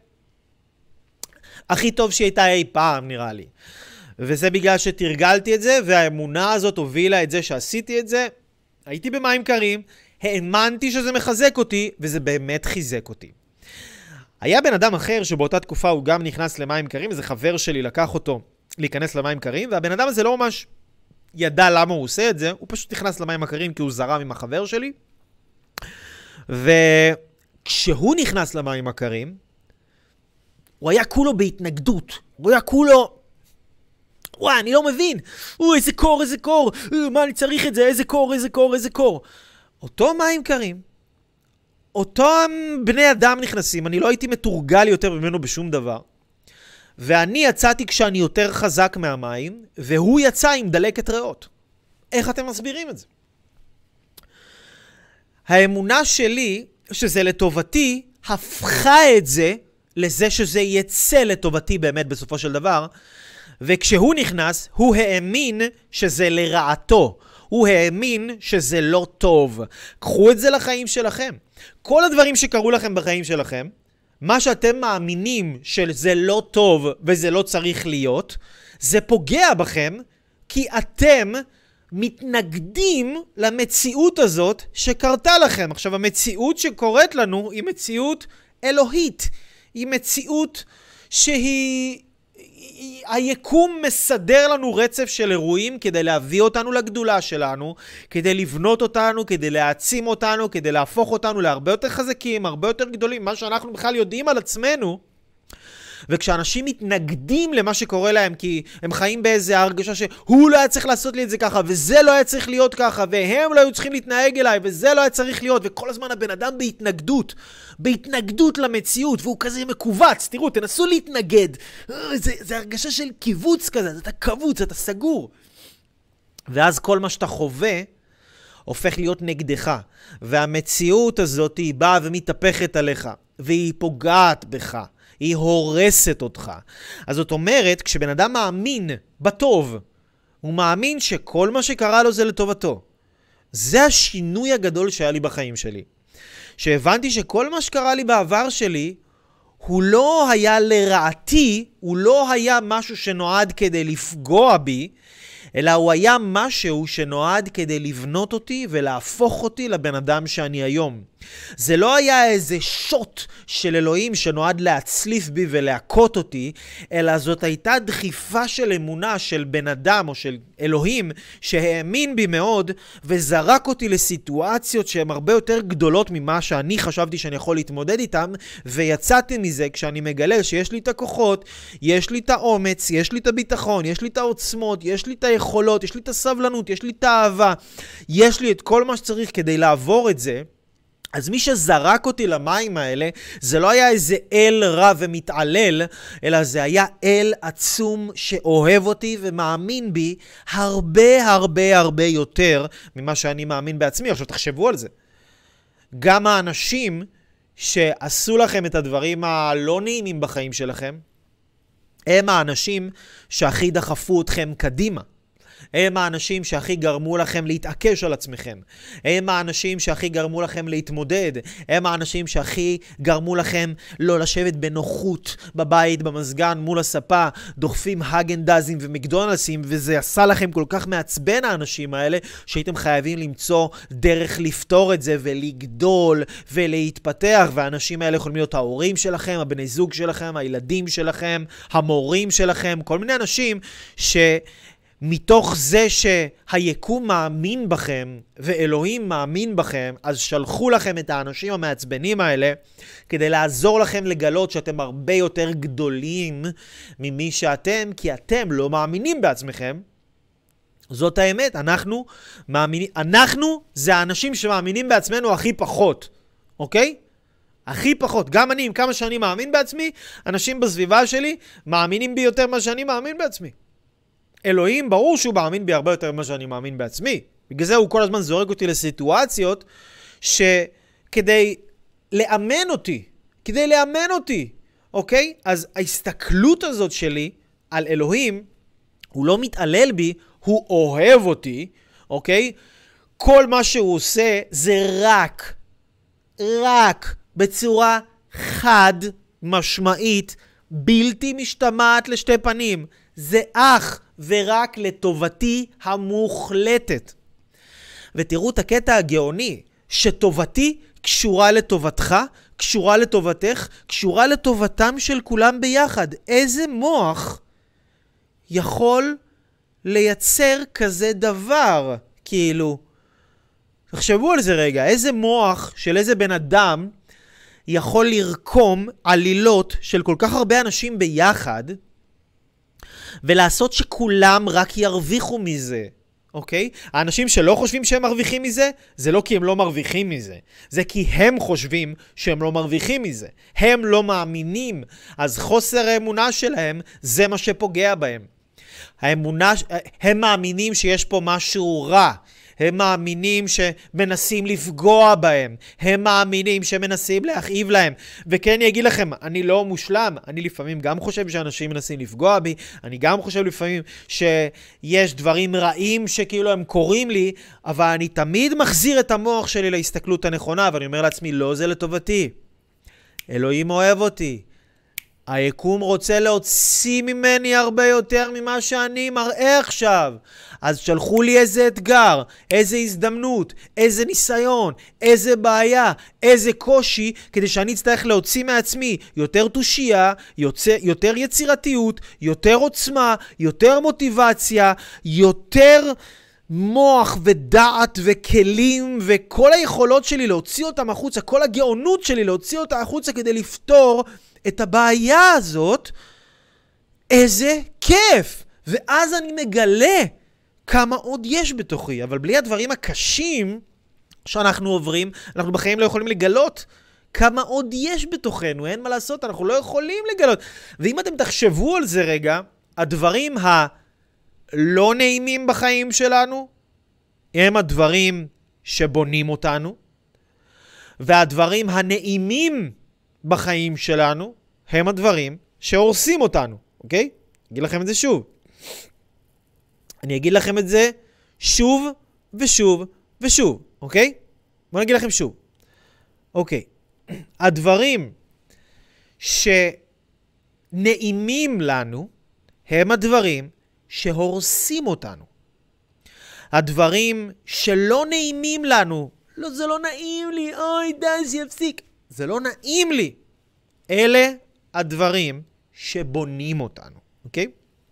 הכי טוב שהייתה אי פעם נראה לי. וזה בגלל שתרגלתי את זה, והאמונה הזאת הובילה את זה שעשיתי את זה. הייתי במים קרים, האמנתי שזה מחזק אותי, וזה באמת חיזק אותי. היה בן אדם אחר שבאותה תקופה הוא גם נכנס למים קרים, וזה חבר שלי לקח אותו להיכנס למים קרים, והבן אדם הזה לא ממש ידע למה הוא עושה את זה, הוא פשוט נכנס למים הקרים כי הוא זרם עם החבר שלי. וכשהוא נכנס למים הקרים, הוא היה כולו בהתנגדות, הוא היה כולו, וואי, אני לא מבין, או, איזה קור, איזה קור, מה אני צריך את זה, איזה קור, איזה קור, איזה קור. אותו מים קרים, אותם בני אדם נכנסים, אני לא הייתי מתורגל יותר ממנו בשום דבר. ואני יצאתי כשאני יותר חזק מהמים, והוא יצא עם דלקת ריאות. איך אתם מסבירים את זה? האמונה שלי, שזה לטובתי, הפכה את זה לזה שזה יצא לטובתי באמת בסופו של דבר, וכשהוא נכנס, הוא האמין שזה לרעתו. הוא האמין שזה לא טוב. קחו את זה לחיים שלכם. כל הדברים שקרו לכם בחיים שלכם, מה שאתם מאמינים שזה לא טוב וזה לא צריך להיות, זה פוגע בכם כי אתם מתנגדים למציאות הזאת שקרתה לכם. עכשיו, המציאות שקורית לנו היא מציאות אלוהית. היא מציאות שהיא... היקום מסדר לנו רצף של אירועים כדי להביא אותנו לגדולה שלנו, כדי לבנות אותנו, כדי להעצים אותנו, כדי להפוך אותנו להרבה יותר חזקים, הרבה יותר גדולים, מה שאנחנו בכלל יודעים על עצמנו. וכשאנשים מתנגדים למה שקורה להם, כי הם חיים באיזה הרגשה שהוא לא היה צריך לעשות לי את זה ככה, וזה לא היה צריך להיות ככה, והם לא היו צריכים להתנהג אליי, וזה לא היה צריך להיות, וכל הזמן הבן אדם בהתנגדות, בהתנגדות למציאות, והוא כזה מקובץ. תראו, תנסו להתנגד. זה, זה הרגשה של קיבוץ כזה, אתה קבוץ, אתה סגור. ואז כל מה שאתה חווה הופך להיות נגדך, והמציאות הזאת היא באה ומתהפכת עליך, והיא פוגעת בך. היא הורסת אותך. אז זאת אומרת, כשבן אדם מאמין בטוב, הוא מאמין שכל מה שקרה לו זה לטובתו. זה השינוי הגדול שהיה לי בחיים שלי. שהבנתי שכל מה שקרה לי בעבר שלי, הוא לא היה לרעתי, הוא לא היה משהו שנועד כדי לפגוע בי, אלא הוא היה משהו שנועד כדי לבנות אותי ולהפוך אותי לבן אדם שאני היום. זה לא היה איזה שוט של אלוהים שנועד להצליף בי ולהכות אותי, אלא זאת הייתה דחיפה של אמונה של בן אדם או של אלוהים שהאמין בי מאוד וזרק אותי לסיטואציות שהן הרבה יותר גדולות ממה שאני חשבתי שאני יכול להתמודד איתן, ויצאתי מזה כשאני מגלה שיש לי את הכוחות, יש לי את האומץ, יש לי את הביטחון, יש לי את העוצמות, יש לי את היכולות, יש לי את הסבלנות, יש לי את האהבה, יש לי את כל מה שצריך כדי לעבור את זה. אז מי שזרק אותי למים האלה, זה לא היה איזה אל רע ומתעלל, אלא זה היה אל עצום שאוהב אותי ומאמין בי הרבה הרבה הרבה יותר ממה שאני מאמין בעצמי. עכשיו תחשבו על זה. גם האנשים שעשו לכם את הדברים הלא נעימים בחיים שלכם, הם האנשים שהכי דחפו אתכם קדימה. הם האנשים שהכי גרמו לכם להתעקש על עצמכם. הם האנשים שהכי גרמו לכם להתמודד. הם האנשים שהכי גרמו לכם לא לשבת בנוחות בבית, במזגן, מול הספה, דוחפים הגנדזים ומקדונלסים, וזה עשה לכם כל כך מעצבן האנשים האלה, שהייתם חייבים למצוא דרך לפתור את זה ולגדול ולהתפתח, והאנשים האלה יכולים להיות ההורים שלכם, הבני זוג שלכם, הילדים שלכם, המורים שלכם, כל מיני אנשים ש... מתוך זה שהיקום מאמין בכם ואלוהים מאמין בכם, אז שלחו לכם את האנשים המעצבנים האלה כדי לעזור לכם לגלות שאתם הרבה יותר גדולים ממי שאתם, כי אתם לא מאמינים בעצמכם, זאת האמת, אנחנו מאמינים, אנחנו זה האנשים שמאמינים בעצמנו הכי פחות, אוקיי? הכי פחות. גם אני, עם כמה שאני מאמין בעצמי, אנשים בסביבה שלי מאמינים בי יותר ממה שאני מאמין בעצמי. אלוהים, ברור שהוא מאמין בי הרבה יותר ממה שאני מאמין בעצמי. בגלל זה הוא כל הזמן זורק אותי לסיטואציות שכדי לאמן אותי, כדי לאמן אותי, אוקיי? אז ההסתכלות הזאת שלי על אלוהים, הוא לא מתעלל בי, הוא אוהב אותי, אוקיי? כל מה שהוא עושה זה רק, רק בצורה חד משמעית, בלתי משתמעת לשתי פנים. זה אך ורק לטובתי המוחלטת. ותראו את הקטע הגאוני, שטובתי קשורה לטובתך, קשורה לטובתך, קשורה לטובתם של כולם ביחד. איזה מוח יכול לייצר כזה דבר? כאילו, תחשבו על זה רגע, איזה מוח של איזה בן אדם יכול לרקום עלילות של כל כך הרבה אנשים ביחד, ולעשות שכולם רק ירוויחו מזה, אוקיי? האנשים שלא חושבים שהם מרוויחים מזה, זה לא כי הם לא מרוויחים מזה. זה כי הם חושבים שהם לא מרוויחים מזה. הם לא מאמינים. אז חוסר האמונה שלהם, זה מה שפוגע בהם. האמונה, הם מאמינים שיש פה משהו רע. הם מאמינים שמנסים לפגוע בהם. הם מאמינים שמנסים להכאיב להם. וכן, אני אגיד לכם, אני לא מושלם. אני לפעמים גם חושב שאנשים מנסים לפגוע בי. אני גם חושב לפעמים שיש דברים רעים שכאילו הם קוראים לי, אבל אני תמיד מחזיר את המוח שלי להסתכלות הנכונה, ואני אומר לעצמי, לא, זה לטובתי. אלוהים אוהב אותי. היקום רוצה להוציא ממני הרבה יותר ממה שאני מראה עכשיו. אז שלחו לי איזה אתגר, איזה הזדמנות, איזה ניסיון, איזה בעיה, איזה קושי, כדי שאני אצטרך להוציא מעצמי יותר תושייה, יוצא, יותר יצירתיות, יותר עוצמה, יותר מוטיבציה, יותר מוח ודעת וכלים, וכל היכולות שלי להוציא אותם החוצה, כל הגאונות שלי להוציא אותה החוצה כדי לפתור את הבעיה הזאת. איזה כיף! ואז אני מגלה כמה עוד יש בתוכי. אבל בלי הדברים הקשים שאנחנו עוברים, אנחנו בחיים לא יכולים לגלות כמה עוד יש בתוכנו. אין מה לעשות, אנחנו לא יכולים לגלות. ואם אתם תחשבו על זה רגע, הדברים הלא נעימים בחיים שלנו הם הדברים שבונים אותנו, והדברים הנעימים בחיים שלנו הם הדברים שהורסים אותנו, אוקיי? אגיד לכם את זה שוב. אני אגיד לכם את זה שוב ושוב ושוב, אוקיי? בואו נגיד לכם שוב. אוקיי. הדברים שנעימים לנו הם הדברים שהורסים אותנו. הדברים שלא נעימים לנו, לא, זה לא נעים לי, אוי, די, שיפסיק. זה לא נעים לי. אלה הדברים שבונים אותנו, אוקיי?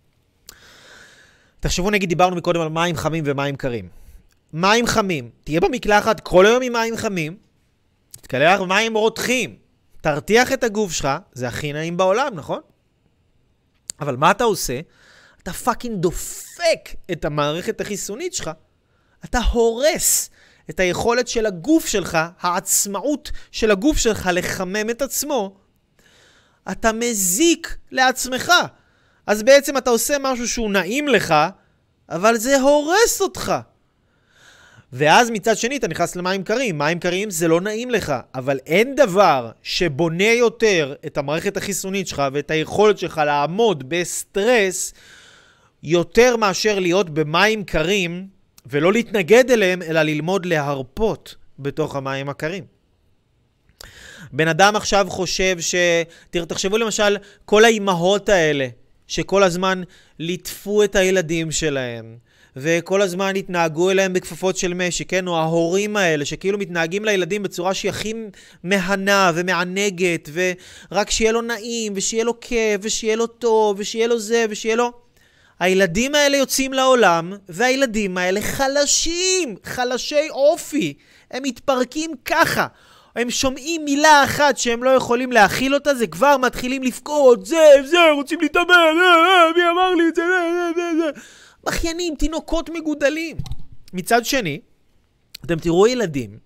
תחשבו, נגיד, דיברנו מקודם על מים חמים ומים קרים. מים חמים, תהיה במקלחת כל היום עם מים חמים, תתקלח מים רותחים, תרתיח את הגוף שלך, זה הכי נעים בעולם, נכון? אבל מה אתה עושה? אתה פאקינג דופק את המערכת החיסונית שלך, אתה הורס את היכולת של הגוף שלך, העצמאות של הגוף שלך לחמם את עצמו, אתה מזיק לעצמך. אז בעצם אתה עושה משהו שהוא נעים לך, אבל זה הורס אותך. ואז מצד שני אתה נכנס למים קרים. מים קרים זה לא נעים לך, אבל אין דבר שבונה יותר את המערכת החיסונית שלך ואת היכולת שלך לעמוד בסטרס יותר מאשר להיות במים קרים ולא להתנגד אליהם, אלא ללמוד להרפות בתוך המים הקרים. בן אדם עכשיו חושב ש... תראו, תחשבו למשל כל האימהות האלה שכל הזמן ליטפו את הילדים שלהם וכל הזמן התנהגו אליהם בכפפות של משי, כן? או ההורים האלה שכאילו מתנהגים לילדים בצורה שהיא הכי מהנה ומענגת, ורק שיהיה לו נעים ושיהיה לו כיף ושיהיה לו טוב ושיהיה לו זה ושיהיה לו... הילדים האלה יוצאים לעולם, והילדים האלה חלשים, חלשי אופי. הם מתפרקים ככה. הם שומעים מילה אחת שהם לא יכולים להכיל אותה, זה כבר מתחילים לפקוד, זה, זה, רוצים להתאמן, מי אמר לי את זה, זה, זה, זה. מחיינים, תינוקות מגודלים. מצד שני, אתם תראו ילדים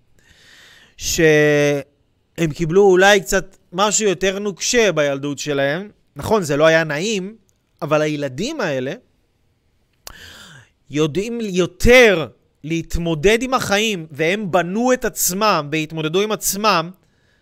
שהם קיבלו אולי קצת משהו יותר נוקשה בילדות שלהם. נכון, זה לא היה נעים, אבל הילדים האלה יודעים יותר להתמודד עם החיים, והם בנו את עצמם והתמודדו עם עצמם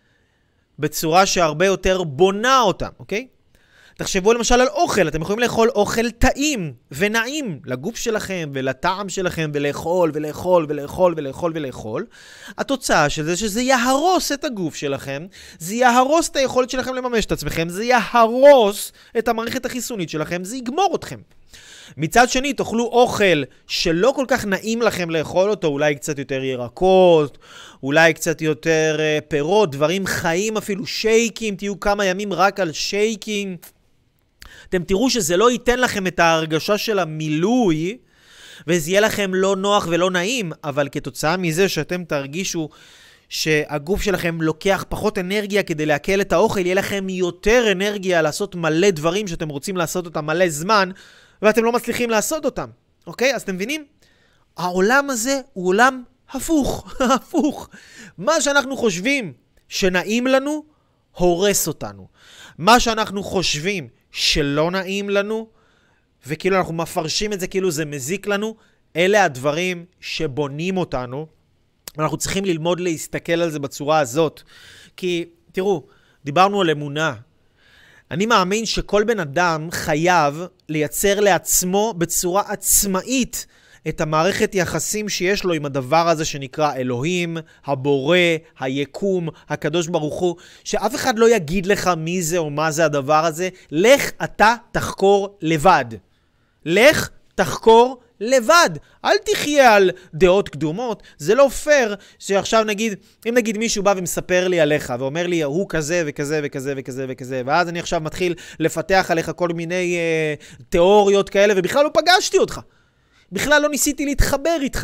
בצורה שהרבה יותר בונה אותם, אוקיי? תחשבו למשל על אוכל, אתם יכולים לאכול אוכל טעים ונעים לגוף שלכם ולטעם שלכם, ולאכול ולאכול ולאכול ולאכול ולאכול. התוצאה של זה שזה יהרוס את הגוף שלכם, זה יהרוס את היכולת שלכם לממש את עצמכם, זה יהרוס את המערכת החיסונית שלכם, זה יגמור אתכם. מצד שני, תאכלו אוכל שלא כל כך נעים לכם לאכול אותו, אולי קצת יותר ירקות, אולי קצת יותר uh, פירות, דברים חיים, אפילו שייקים, תהיו כמה ימים רק על שייקים. אתם תראו שזה לא ייתן לכם את ההרגשה של המילוי, וזה יהיה לכם לא נוח ולא נעים, אבל כתוצאה מזה שאתם תרגישו שהגוף שלכם לוקח פחות אנרגיה כדי להקל את האוכל, יהיה לכם יותר אנרגיה לעשות מלא דברים שאתם רוצים לעשות אותם מלא זמן, ואתם לא מצליחים לעשות אותם. אוקיי? אז אתם מבינים? העולם הזה הוא עולם הפוך, הפוך. מה שאנחנו חושבים שנעים לנו, הורס אותנו. מה שאנחנו חושבים שלא נעים לנו, וכאילו אנחנו מפרשים את זה כאילו זה מזיק לנו, אלה הדברים שבונים אותנו. אנחנו צריכים ללמוד להסתכל על זה בצורה הזאת. כי, תראו, דיברנו על אמונה. אני מאמין שכל בן אדם חייב לייצר לעצמו בצורה עצמאית את המערכת יחסים שיש לו עם הדבר הזה שנקרא אלוהים, הבורא, היקום, הקדוש ברוך הוא, שאף אחד לא יגיד לך מי זה או מה זה הדבר הזה. לך אתה תחקור לבד. לך תחקור לבד. אל תחיה על דעות קדומות. זה לא פייר שעכשיו נגיד, אם נגיד מישהו בא ומספר לי עליך ואומר לי הוא כזה וכזה וכזה וכזה וכזה, ואז אני עכשיו מתחיל לפתח עליך כל מיני אה, תיאוריות כאלה, ובכלל לא פגשתי אותך. בכלל לא ניסיתי להתחבר איתך.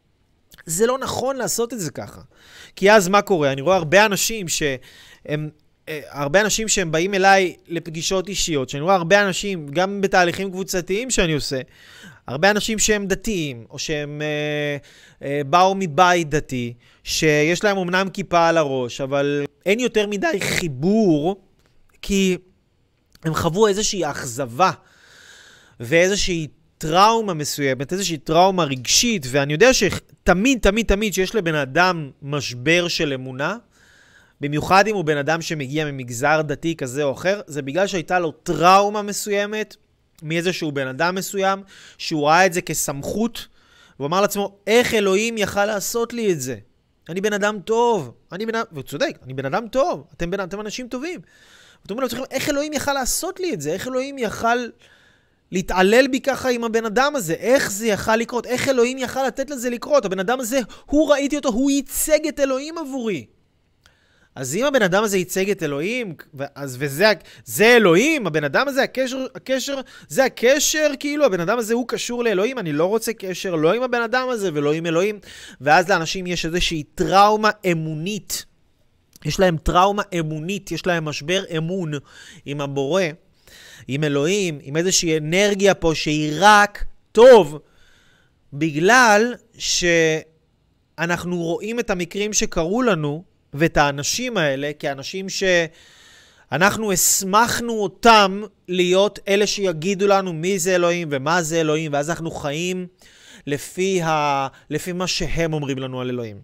זה לא נכון לעשות את זה ככה. כי אז מה קורה? אני רואה הרבה אנשים שהם, הרבה אנשים שהם באים אליי לפגישות אישיות, שאני רואה הרבה אנשים, גם בתהליכים קבוצתיים שאני עושה, הרבה אנשים שהם דתיים, או שהם אה, אה, באו מבית דתי, שיש להם אמנם כיפה על הראש, אבל אין יותר מדי חיבור, כי הם חוו איזושהי אכזבה, ואיזושהי טראומה מסוימת, איזושהי טראומה רגשית, ואני יודע שתמיד, תמיד, תמיד שיש לבן אדם משבר של אמונה, במיוחד אם הוא בן אדם שמגיע ממגזר דתי כזה או אחר, זה בגלל שהייתה לו טראומה מסוימת, מאיזשהו בן אדם מסוים, שהוא ראה את זה כסמכות, והוא אמר לעצמו, איך אלוהים יכל לעשות לי את זה? אני בן אדם טוב, אני בן אדם, והוא צודק, אני בן אדם טוב, אתם, בן, אתם אנשים טובים. ואתם אומרים לעצמכם, איך אלוהים יכל לעשות לי את זה? איך אלוהים יכל להתעלל בי ככה עם הבן אדם הזה? איך זה יכל לקרות? איך אלוהים יכל לתת לזה לקרות? הבן אדם הזה, הוא ראיתי אותו, הוא ייצג את אלוהים עבורי. אז אם הבן אדם הזה ייצג את אלוהים, אז וזה זה אלוהים, הבן אדם הזה, הקשר, הקשר, זה הקשר, כאילו, הבן אדם הזה הוא קשור לאלוהים, אני לא רוצה קשר, לא עם הבן אדם הזה ולא עם אלוהים, ואז לאנשים יש איזושהי טראומה אמונית, יש להם טראומה אמונית, יש להם משבר אמון עם הבורא, עם אלוהים, עם איזושהי אנרגיה פה שהיא רק טוב, בגלל שאנחנו רואים את המקרים שקרו לנו, ואת האנשים האלה, כאנשים שאנחנו הסמכנו אותם להיות אלה שיגידו לנו מי זה אלוהים ומה זה אלוהים, ואז אנחנו חיים לפי, ה... לפי מה שהם אומרים לנו על אלוהים.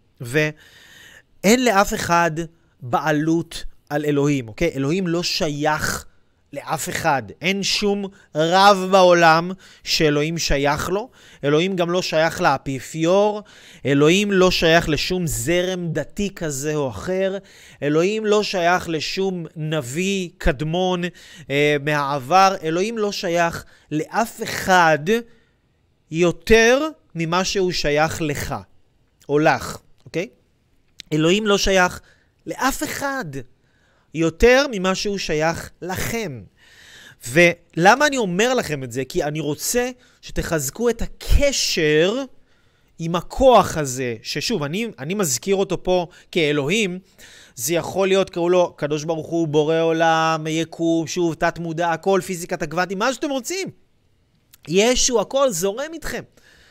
ואין לאף אחד בעלות על אלוהים, אוקיי? אלוהים לא שייך לאף אחד. אין שום רב בעולם שאלוהים שייך לו. אלוהים גם לא שייך לאפיפיור. אלוהים לא שייך לשום זרם דתי כזה או אחר. אלוהים לא שייך לשום נביא קדמון אה, מהעבר. אלוהים לא שייך לאף אחד יותר ממה שהוא שייך לך או לך, אוקיי? אלוהים לא שייך לאף אחד יותר ממה שהוא שייך לכם. ולמה אני אומר לכם את זה? כי אני רוצה שתחזקו את הקשר עם הכוח הזה, ששוב, אני, אני מזכיר אותו פה כאלוהים. זה יכול להיות, קראו לו קדוש ברוך הוא, בורא עולם, יקום, שוב, תת מודע, הכל, פיזיקת הקוונטים, מה שאתם רוצים. ישו, הכל זורם איתכם.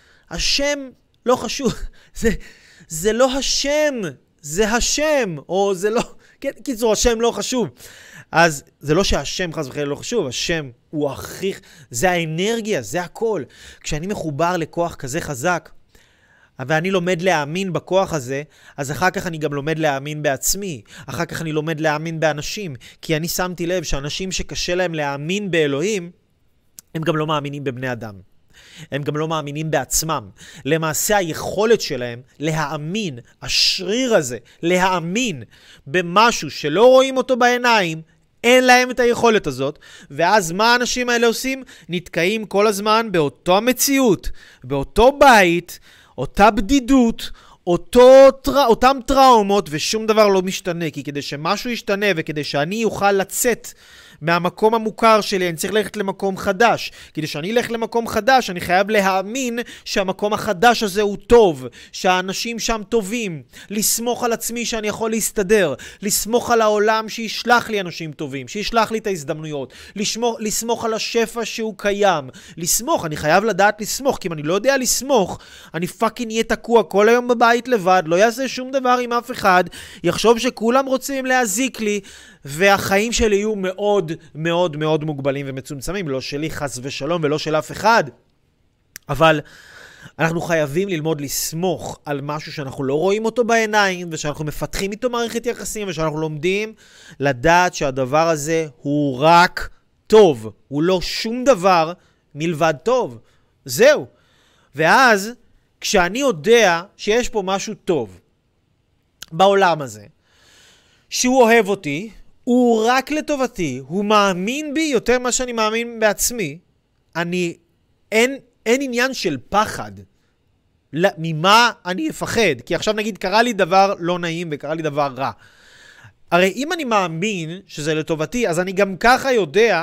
השם לא חשוב. זה, זה לא השם, זה השם, או זה לא... כן, קיצור, השם לא חשוב. אז זה לא שהשם חס וחלילה לא חשוב, השם הוא הכי... זה האנרגיה, זה הכל. כשאני מחובר לכוח כזה חזק, ואני לומד להאמין בכוח הזה, אז אחר כך אני גם לומד להאמין בעצמי. אחר כך אני לומד להאמין באנשים. כי אני שמתי לב שאנשים שקשה להם להאמין באלוהים, הם גם לא מאמינים בבני אדם. הם גם לא מאמינים בעצמם. למעשה היכולת שלהם להאמין, השריר הזה, להאמין במשהו שלא רואים אותו בעיניים, אין להם את היכולת הזאת, ואז מה האנשים האלה עושים? נתקעים כל הזמן באותו המציאות, באותו בית, אותה בדידות, אותו, אותם טראומות, ושום דבר לא משתנה, כי כדי שמשהו ישתנה וכדי שאני אוכל לצאת מהמקום המוכר שלי, אני צריך ללכת למקום חדש. כדי שאני אלך למקום חדש, אני חייב להאמין שהמקום החדש הזה הוא טוב, שהאנשים שם טובים, לסמוך על עצמי שאני יכול להסתדר, לסמוך על העולם שישלח לי אנשים טובים, שישלח לי את ההזדמנויות, לשמור, לסמוך על השפע שהוא קיים, לסמוך, אני חייב לדעת לסמוך, כי אם אני לא יודע לסמוך, אני פאקינג יהיה תקוע כל היום בבית לבד, לא יעשה שום דבר עם אף אחד, יחשוב שכולם רוצים להזיק לי, והחיים שלי יהיו מאוד מאוד מאוד מוגבלים ומצומצמים, לא שלי חס ושלום ולא של אף אחד. אבל אנחנו חייבים ללמוד לסמוך על משהו שאנחנו לא רואים אותו בעיניים, ושאנחנו מפתחים איתו מערכת יחסים, ושאנחנו לומדים לדעת שהדבר הזה הוא רק טוב. הוא לא שום דבר מלבד טוב. זהו. ואז כשאני יודע שיש פה משהו טוב בעולם הזה, שהוא אוהב אותי, הוא רק לטובתי, הוא מאמין בי יותר מה שאני מאמין בעצמי, אני, אין, אין עניין של פחד. ממה אני אפחד? כי עכשיו נגיד קרה לי דבר לא נעים וקרה לי דבר רע. הרי אם אני מאמין שזה לטובתי, אז אני גם ככה יודע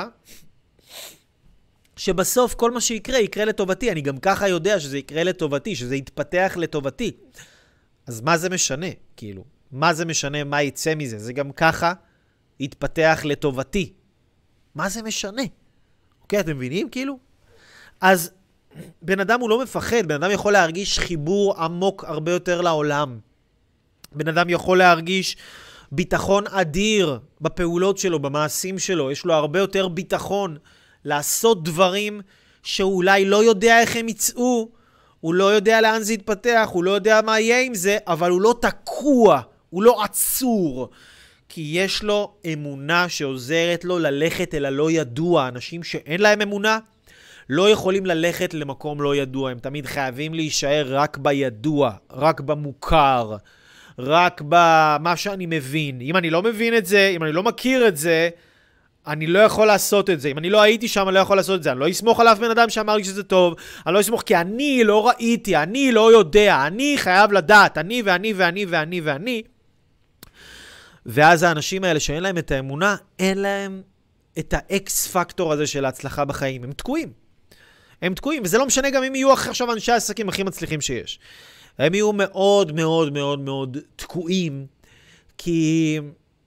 שבסוף כל מה שיקרה יקרה לטובתי. אני גם ככה יודע שזה יקרה לטובתי, שזה יתפתח לטובתי. אז מה זה משנה? כאילו, מה זה משנה? מה יצא מזה? זה גם ככה יתפתח לטובתי. מה זה משנה? אוקיי, אתם מבינים? כאילו? אז בן אדם הוא לא מפחד, בן אדם יכול להרגיש חיבור עמוק הרבה יותר לעולם. בן אדם יכול להרגיש ביטחון אדיר בפעולות שלו, במעשים שלו. יש לו הרבה יותר ביטחון לעשות דברים שאולי לא יודע איך הם יצאו, הוא לא יודע לאן זה יתפתח, הוא לא יודע מה יהיה עם זה, אבל הוא לא תקוע, הוא לא עצור. כי יש לו אמונה שעוזרת לו ללכת אל הלא ידוע. אנשים שאין להם אמונה לא יכולים ללכת למקום לא ידוע. הם תמיד חייבים להישאר רק בידוע, רק במוכר, רק במה שאני מבין. אם אני לא מבין את זה, אם אני לא מכיר את זה, אני לא יכול לעשות את זה. אם אני לא הייתי שם, אני לא יכול לעשות את זה. אני לא אסמוך על אף בן אדם שאמר לי שזה טוב. אני לא אסמוך כי אני לא ראיתי, אני לא יודע, אני חייב לדעת, אני ואני ואני ואני ואני. ואז האנשים האלה שאין להם את האמונה, אין להם את האקס פקטור הזה של ההצלחה בחיים. הם תקועים. הם תקועים, וזה לא משנה גם אם יהיו עכשיו אנשי העסקים הכי מצליחים שיש. הם יהיו מאוד מאוד מאוד מאוד תקועים, כי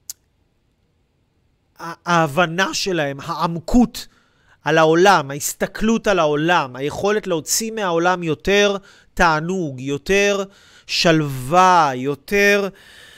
ההבנה שלהם, העמקות על העולם, ההסתכלות על העולם, היכולת להוציא מהעולם יותר תענוג, יותר שלווה, יותר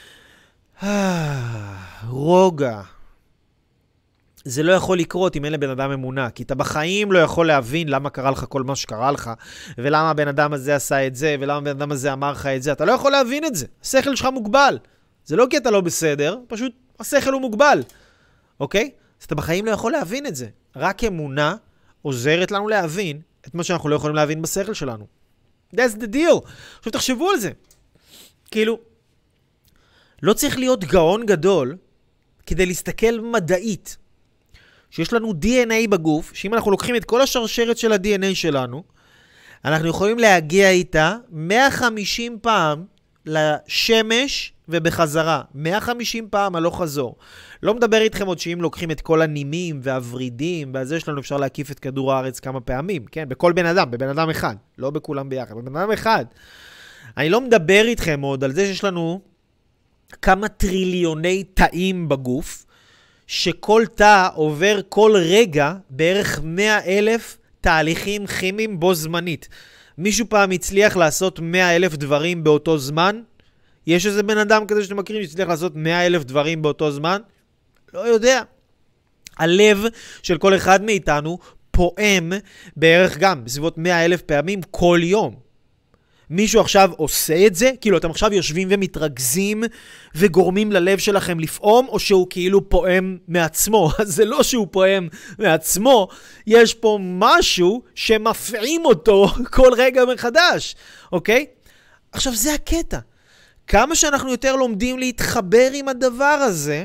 רוגע. זה לא יכול לקרות אם אין לבן אדם אמונה, כי אתה בחיים לא יכול להבין למה קרה לך כל מה שקרה לך, ולמה הבן אדם הזה עשה את זה, ולמה הבן אדם הזה אמר לך את זה. אתה לא יכול להבין את זה. השכל שלך מוגבל. זה לא כי אתה לא בסדר, פשוט השכל הוא מוגבל. אוקיי? אז אתה בחיים לא יכול להבין את זה. רק אמונה עוזרת לנו להבין את מה שאנחנו לא יכולים להבין בשכל שלנו. That's the deal. עכשיו תחשבו על זה. כאילו, לא צריך להיות גאון גדול כדי להסתכל מדעית. שיש לנו די אן איי בגוף, שאם אנחנו לוקחים את כל השרשרת של ה-די אן איי שלנו, אנחנו יכולים להגיע איתה מאה וחמישים פעם לשמש ובחזרה. מאה וחמישים פעם הלוך חזור. לא מדבר איתכם עוד שאם לוקחים את כל הנימים והוורידים, ואז יש לנו אפשר להקיף את כדור הארץ כמה פעמים. כן, בכל בן אדם, בבן אדם אחד. לא בכולם ביחד, בבן אדם אחד. אני לא מדבר איתכם עוד על זה שיש לנו כמה טריליוני תאים בגוף, שכל תא עובר כל רגע בערך מאה אלף תהליכים כימיים בו זמנית. מישהו פעם הצליח לעשות מאה אלף דברים באותו זמן? יש איזה בן אדם כזה שאתם מכירים שהצליח לעשות מאה אלף דברים באותו זמן? לא יודע. הלב של כל אחד מאיתנו פועם בערך גם בסביבות מאה אלף פעמים כל יום. מישהו עכשיו עושה את זה? כאילו אתם עכשיו יושבים ומתרכזים וגורמים ללב שלכם לפעום, או שהוא כאילו פועם מעצמו? אז זה לא שהוא פועם מעצמו, יש פה משהו שמפעים אותו כל רגע מחדש, אוקיי? עכשיו זה הקטע. כמה שאנחנו יותר לומדים להתחבר עם הדבר הזה,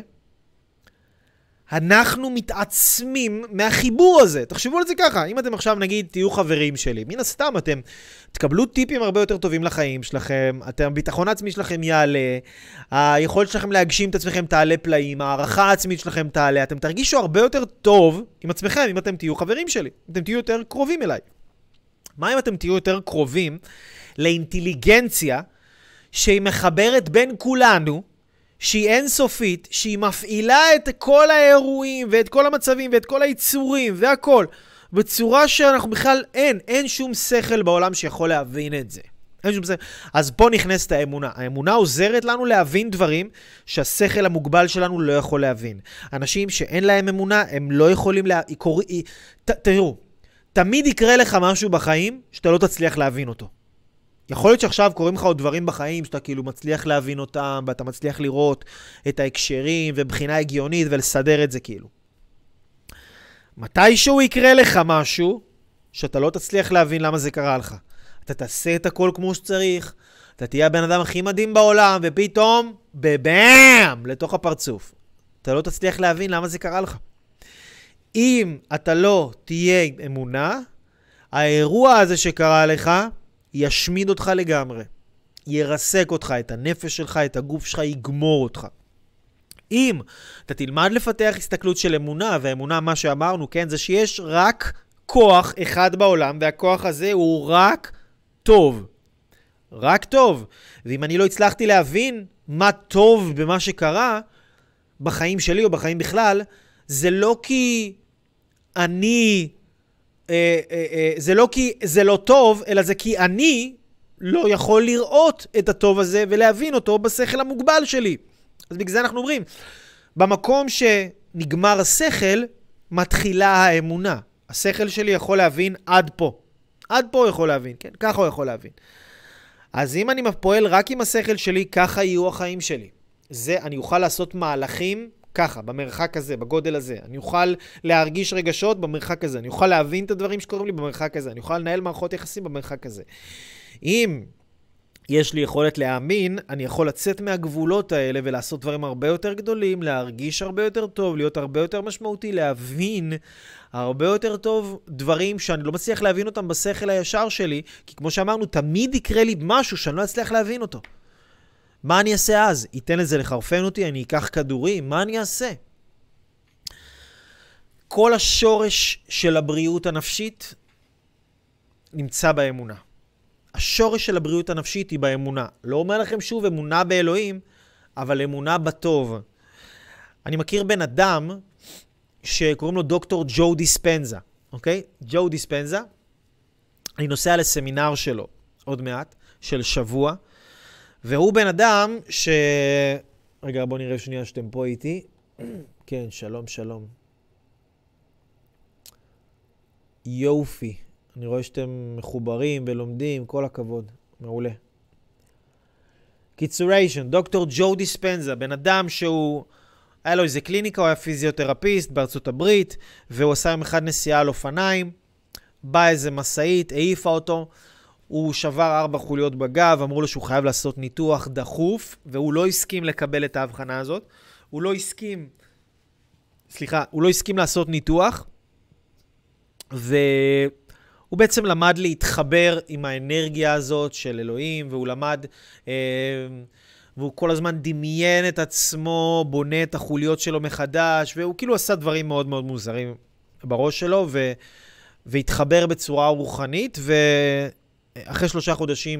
אנחנו מתעצמים מהחיבור הזה. תחשבו על זה ככה, אם אתם עכשיו נגיד תהיו חברים שלי, מן הסתם אתם תקבלו טיפים הרבה יותר טובים לחיים שלכם, אתם, ביטחון העצמי שלכם יעלה, היכולת שלכם להגשים את עצמכם תעלה פלאים, הערכה העצמית שלכם תעלה, אתם תרגישו הרבה יותר טוב עם עצמכם אם אתם תהיו חברים שלי, אתם תהיו יותר קרובים אליי. מה אם אתם תהיו יותר קרובים לאינטליגנציה שהיא מחברת בין כולנו, שהיא אינסופית, שהיא מפעילה את כל האירועים ואת כל המצבים ואת כל היצורים והכל, בצורה שאנחנו בכלל אין, אין שום שכל בעולם שיכול להבין את זה. אין שום שכל. אז פה נכנסת האמונה. האמונה עוזרת לנו להבין דברים שהשכל המוגבל שלנו לא יכול להבין. אנשים שאין להם אמונה, הם לא יכולים לה... קור... ת... תראו, תמיד יקרה לך משהו בחיים שאתה לא תצליח להבין אותו. יכול להיות שעכשיו קוראים לך עוד דברים בחיים שאתה כאילו מצליח להבין אותם, ואתה מצליח לראות את ההקשרים ובחינה הגיונית ולסדר את זה כאילו. מתישהו יקרה לך משהו שאתה לא תצליח להבין למה זה קרה לך. אתה תעשה את הכל כמו שצריך, אתה תהיה הבן אדם הכי מדהים בעולם, ופתאום, בבאם, לתוך הפרצוף. אתה לא תצליח להבין למה זה קרה לך. אם אתה לא תהיה עם אמונה, האירוע הזה שקרה לך, ישמיד אותך לגמרי. ירסק אותך, את הנפש שלך, את הגוף שלך, יגמור אותך. אם אתה תלמד לפתח הסתכלות של אמונה, והאמונה, מה שאמרנו, כן, זה שיש רק כוח אחד בעולם, והכוח הזה הוא רק טוב. רק טוב. ואם אני לא הצלחתי להבין מה טוב במה שקרה, בחיים שלי או בחיים בכלל, זה לא כי אני... אה, אה, אה, זה לא כי זה לא טוב, אלא זה כי אני לא יכול לראות את הטוב הזה ולהבין אותו בשכל המוגבל שלי. אז בגלל זה אנחנו אומרים, במקום שנגמר השכל, מתחילה האמונה. השכל שלי יכול להבין עד פה. עד פה הוא יכול להבין, כן? ככה הוא יכול להבין. אז אם אני פועל רק עם השכל שלי, ככה יהיו החיים שלי. זה, אני אוכל לעשות מהלכים ככה, במרחק הזה, בגודל הזה. אני אוכל להרגיש רגשות במרחק הזה. אני אוכל להבין את הדברים שקורים לי במרחק הזה. אני אוכל לנהל מערכות יחסים במרחק הזה. אם יש לי יכולת להאמין, אני יכול לצאת מהגבולות האלה ולעשות דברים הרבה יותר גדולים, להרגיש הרבה יותר טוב, להיות הרבה יותר משמעותי, להבין הרבה יותר טוב דברים שאני לא מצליח להבין אותם בשכל הישר שלי, כי כמו שאמרנו, תמיד יקרה לי משהו שאני לא אצליח להבין אותו. מה אני אעשה אז? ייתן לזה לחרפן אותי, אני אקח כדורים, מה אני אעשה? כל השורש של הבריאות הנפשית נמצא באמונה. השורש של הבריאות הנפשית היא באמונה. לא אומר לכם שוב אמונה באלוהים, אבל אמונה בטוב. אני מכיר בן אדם שקוראים לו דוקטור ג'ו דיספנזה, אוקיי? ג'ו דיספנזה. אני נוסע לסמינר שלו עוד מעט, של שבוע, והוא בן אדם ש... רגע, בוא נראה שנייה שאתם פה איתי. כן, שלום, שלום. יופי. אני רואה שאתם מחוברים ולומדים, כל הכבוד. מעולה. קיצוריישן, דוקטור ג'ו דיספנזה, בן אדם שהוא... היה לו איזה קליניקה, הוא היה פיזיותרפיסט בארצות הברית, והוא עשה עם אחד נסיעה על אופניים, בא איזה מסעית, העיפה אותו, הוא שבר ארבע חוליות בגב, אמרו לו שהוא חייב לעשות ניתוח דחוף, והוא לא הסכים לקבל את ההבחנה הזאת. הוא לא הסכים, סליחה, הוא לא הסכים לעשות ניתוח, והוא בעצם למד להתחבר עם האנרגיה הזאת של אלוהים, והוא למד, והוא כל הזמן דמיין את עצמו, בונה את החוליות שלו מחדש, והוא כאילו עשה דברים מאוד מאוד מוזרים בראש שלו, ו... והתחבר בצורה רוחנית, ו... אחרי שלושה חודשים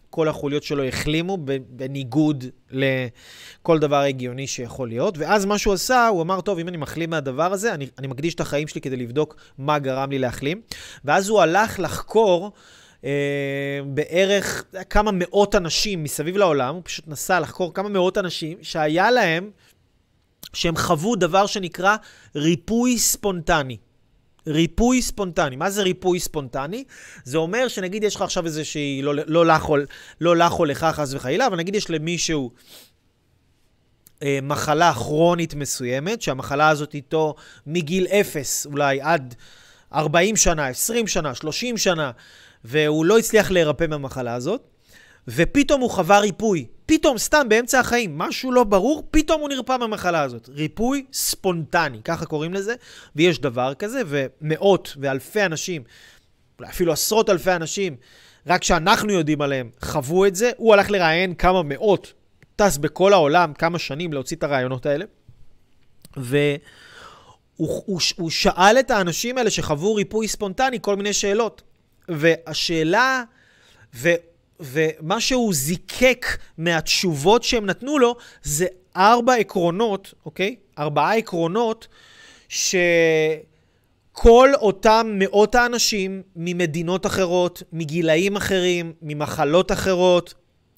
כל החוליות שלו החלימו, בניגוד לכל דבר הגיוני שיכול להיות. ואז מה שהוא עשה, הוא אמר, טוב, אם אני מחלים מהדבר הזה, אני, אני מקדיש את החיים שלי כדי לבדוק מה גרם לי להחלים. ואז הוא הלך לחקור אה, בערך כמה מאות אנשים מסביב לעולם, הוא פשוט נסע לחקור כמה מאות אנשים שהיה להם, שהם חוו דבר שנקרא ריפוי ספונטני. ריפוי ספונטני. מה זה ריפוי ספונטני? זה אומר שנגיד יש לך עכשיו איזה שהיא לא, לא לחול, לא לחול לך חס וחלילה, אבל נגיד יש למישהו אה, מחלה כרונית מסוימת, שהמחלה הזאת איתו מגיל אפס אולי עד ארבעים שנה, עשרים שנה, שלושים שנה, והוא לא הצליח להירפא מהמחלה הזאת, ופתאום הוא חווה ריפוי. פתאום, סתם באמצע החיים, משהו לא ברור, פתאום הוא נרפא מהמחלה הזאת. ריפוי ספונטני, ככה קוראים לזה, ויש דבר כזה, ומאות ואלפי אנשים, אולי אפילו עשרות אלפי אנשים, רק שאנחנו יודעים עליהם, חוו את זה. הוא הלך לראיין כמה מאות, טס בכל העולם, כמה שנים להוציא את הרעיונות האלה, והוא הוא, הוא שאל את האנשים האלה שחוו ריפוי ספונטני כל מיני שאלות. והשאלה, ו... ומה שהוא זיקק מהתשובות שהם נתנו לו, זה ארבע עקרונות, אוקיי? ארבעה עקרונות, שכל אותם מאות האנשים ממדינות אחרות, מגילאים אחרים, ממחלות אחרות,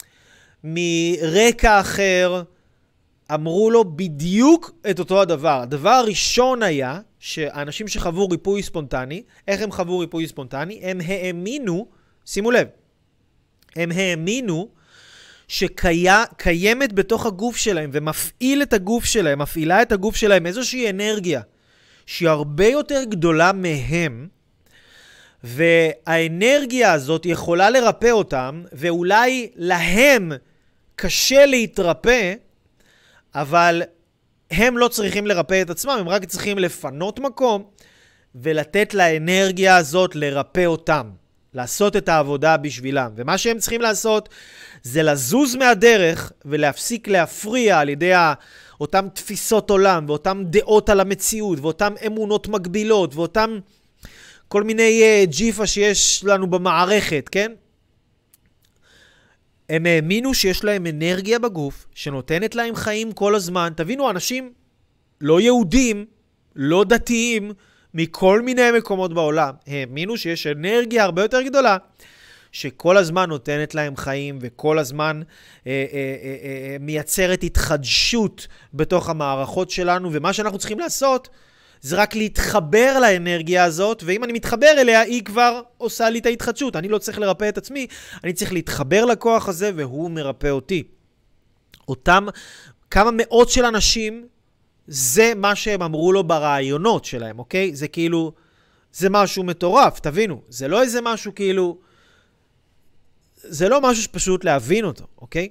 מרקע אחר, אמרו לו בדיוק את אותו הדבר. הדבר הראשון היה, שהאנשים שחוו ריפוי ספונטני, איך הם חוו ריפוי ספונטני? הם האמינו, שימו לב, הם האמינו שקיימת בתוך הגוף שלהם ומפעיל את הגוף שלהם, מפעילה את הגוף שלהם איזושהי אנרגיה שהיא הרבה יותר גדולה מהם, והאנרגיה הזאת יכולה לרפא אותם, ואולי להם קשה להתרפא, אבל הם לא צריכים לרפא את עצמם, הם רק צריכים לפנות מקום ולתת לאנרגיה הזאת לרפא אותם. לעשות את העבודה בשבילם. ומה שהם צריכים לעשות זה לזוז מהדרך ולהפסיק להפריע על ידי אותם תפיסות עולם ואותם דעות על המציאות ואותם אמונות מגבילות ואותם כל מיני uh, ג'יפה שיש לנו במערכת, כן? הם האמינו שיש להם אנרגיה בגוף שנותנת להם חיים כל הזמן. תבינו, אנשים לא יהודים, לא דתיים, מכל מיני מקומות בעולם, האמינו שיש אנרגיה הרבה יותר גדולה, שכל הזמן נותנת להם חיים, וכל הזמן אה, אה, אה, אה, מייצרת התחדשות בתוך המערכות שלנו, ומה שאנחנו צריכים לעשות, זה רק להתחבר לאנרגיה הזאת, ואם אני מתחבר אליה, היא כבר עושה לי את ההתחדשות. אני לא צריך לרפא את עצמי, אני צריך להתחבר לכוח הזה, והוא מרפא אותי. אותם כמה מאות של אנשים, זה מה שהם אמרו לו ברעיונות שלהם, אוקיי? זה כאילו, זה משהו מטורף, תבינו. זה לא איזה משהו כאילו, זה לא משהו שפשוט להבין אותו, אוקיי?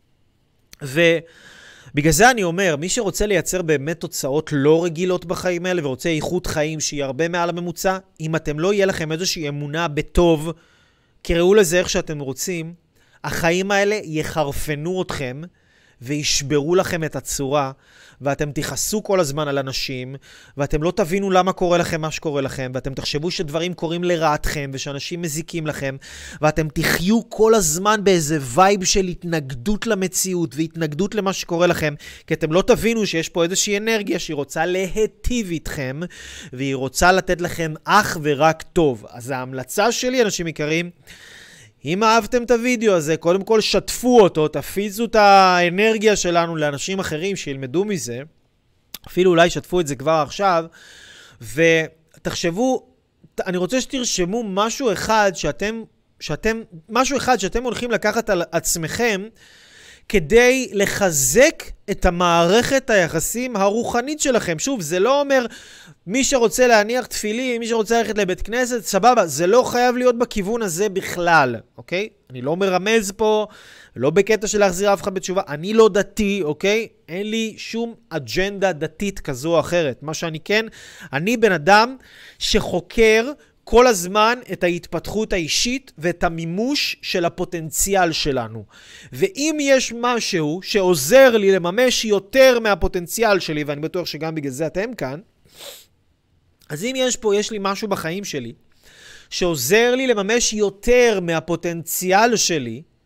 ובגלל זה אני אומר, מי שרוצה לייצר באמת תוצאות לא רגילות בחיים האלה, ורוצה איכות חיים שהיא הרבה מעל הממוצע, אם אתם לא יהיה לכם איזושהי אמונה בטוב, קראו לזה איך שאתם רוצים, החיים האלה יחרפנו אתכם, וישברו לכם את הצורה, ואתם תיחסו כל הזמן על אנשים, ואתם לא תבינו למה קורה לכם מה שקורה לכם, ואתם תחשבו שדברים קורים לרעתכם, ושאנשים מזיקים לכם, ואתם תחיו כל הזמן באיזה וייב של התנגדות למציאות, והתנגדות למה שקורה לכם, כי אתם לא תבינו שיש פה איזושהי אנרגיה שהיא רוצה להיטיב איתכם, והיא רוצה לתת לכם אך ורק טוב. אז ההמלצה שלי, אנשים יקרים, אם אהבתם את הוידאו הזה, קודם כל שתפו אותו, תפיצו את האנרגיה שלנו לאנשים אחרים שילמדו מזה, אפילו אולי שתפו את זה כבר עכשיו, ותחשבו, אני רוצה שתרשמו משהו אחד שאתם, שאתם, משהו אחד שאתם הולכים לקחת על עצמכם, כדי לחזק את המערכת היחסים הרוחנית שלכם. שוב, זה לא אומר מי שרוצה להניח תפילין, מי שרוצה ללכת לבית כנסת, סבבה, זה לא חייב להיות בכיוון הזה בכלל, אוקיי? אני לא מרמז פה, לא בקטע של להחזיר אף אחד בתשובה, אני לא דתי, אוקיי? אין לי שום אג'נדה דתית כזו או אחרת. מה שאני כן, אני בן אדם שחוקר כל הזמן את ההתפתחות האישית ואת המימוש של הפוטנציאל שלנו. ואם יש משהו שעוזר לי לממש יותר מהפוטנציאל שלי, ואני בטוח שגם בגלל זה אתם כאן, אז אם יש פה, יש לי משהו בחיים שלי, שעוזר לי לממש יותר מהפוטנציאל שלי,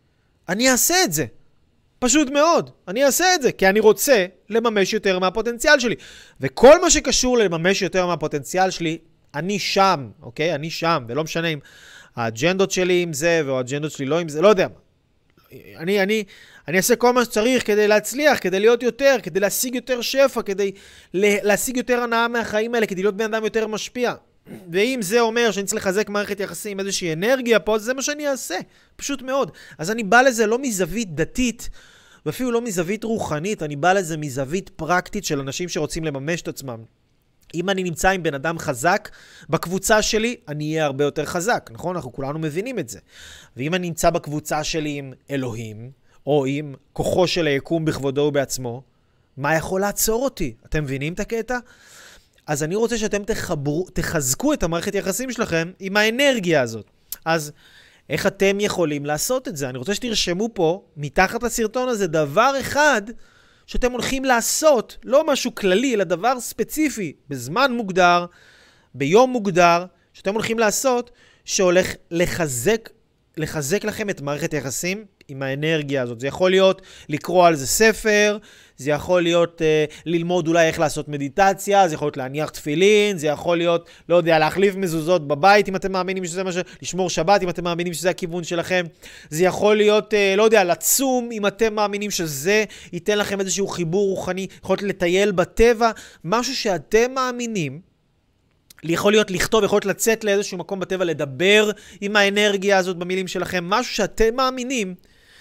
אני אעשה את זה. פשוט מאוד. אני אעשה את זה, כי אני רוצה לממש יותר מהפוטנציאל שלי. וכל מה שקשור לממש יותר מהפוטנציאל שלי, אני שם, אוקיי? אני שם, ולא משנה אם האג'נדות שלי עם זה, או האג'נדות שלי לא עם זה, לא יודע. אני, אני, אני אעשה כל מה שצריך כדי להצליח, כדי להיות יותר, כדי להשיג יותר שפע, כדי להשיג יותר הנאה מהחיים האלה, כדי להיות בן אדם יותר משפיע. ואם זה אומר שאני צריך לחזק מערכת יחסים עם איזושהי אנרגיה פה, זה מה שאני אעשה. פשוט מאוד. אז אני בא לזה לא מזווית דתית, ואפילו לא מזווית רוחנית, אני בא לזה מזווית פרקטית של אנשים שרוצים לממש את עצמם. אם אני נמצא עם בן אדם חזק בקבוצה שלי, אני אהיה הרבה יותר חזק, נכון? אנחנו כולנו מבינים את זה. ואם אני נמצא בקבוצה שלי עם אלוהים, או עם כוחו של היקום בכבודו ובעצמו, מה יכול לעצור אותי? אתם מבינים את הקטע? אז אני רוצה שאתם תחברו, תחזקו את המערכת יחסים שלכם עם האנרגיה הזאת. אז איך אתם יכולים לעשות את זה? אני רוצה שתרשמו פה, מתחת לסרטון הזה, דבר אחד שאתם הולכים לעשות, לא משהו כללי, אלא דבר ספציפי, בזמן מוגדר, ביום מוגדר, שאתם הולכים לעשות, שהולך לחזק, לחזק לכם את מערכת היחסים עם האנרגיה הזאת. זה יכול להיות לקרוא על זה ספר, זה יכול להיות uh, ללמוד אולי איך לעשות מדיטציה, זה יכול להיות להניח תפילין, זה יכול להיות, לא יודע, להחליף מזוזות בבית אם אתם מאמינים שזה מה ש... לשמור שבת אם אתם מאמינים שזה הכיוון שלכם, זה יכול להיות, uh, לא יודע, לצום אם אתם מאמינים שזה ייתן לכם איזשהו חיבור רוחני, יכול להיות לטייל בטבע, משהו שאתם מאמינים, יכול להיות לכתוב, יכול להיות לצאת לאיזשהו מקום בטבע, לדבר עם האנרגיה הזאת במילים שלכם, משהו שאתם מאמינים,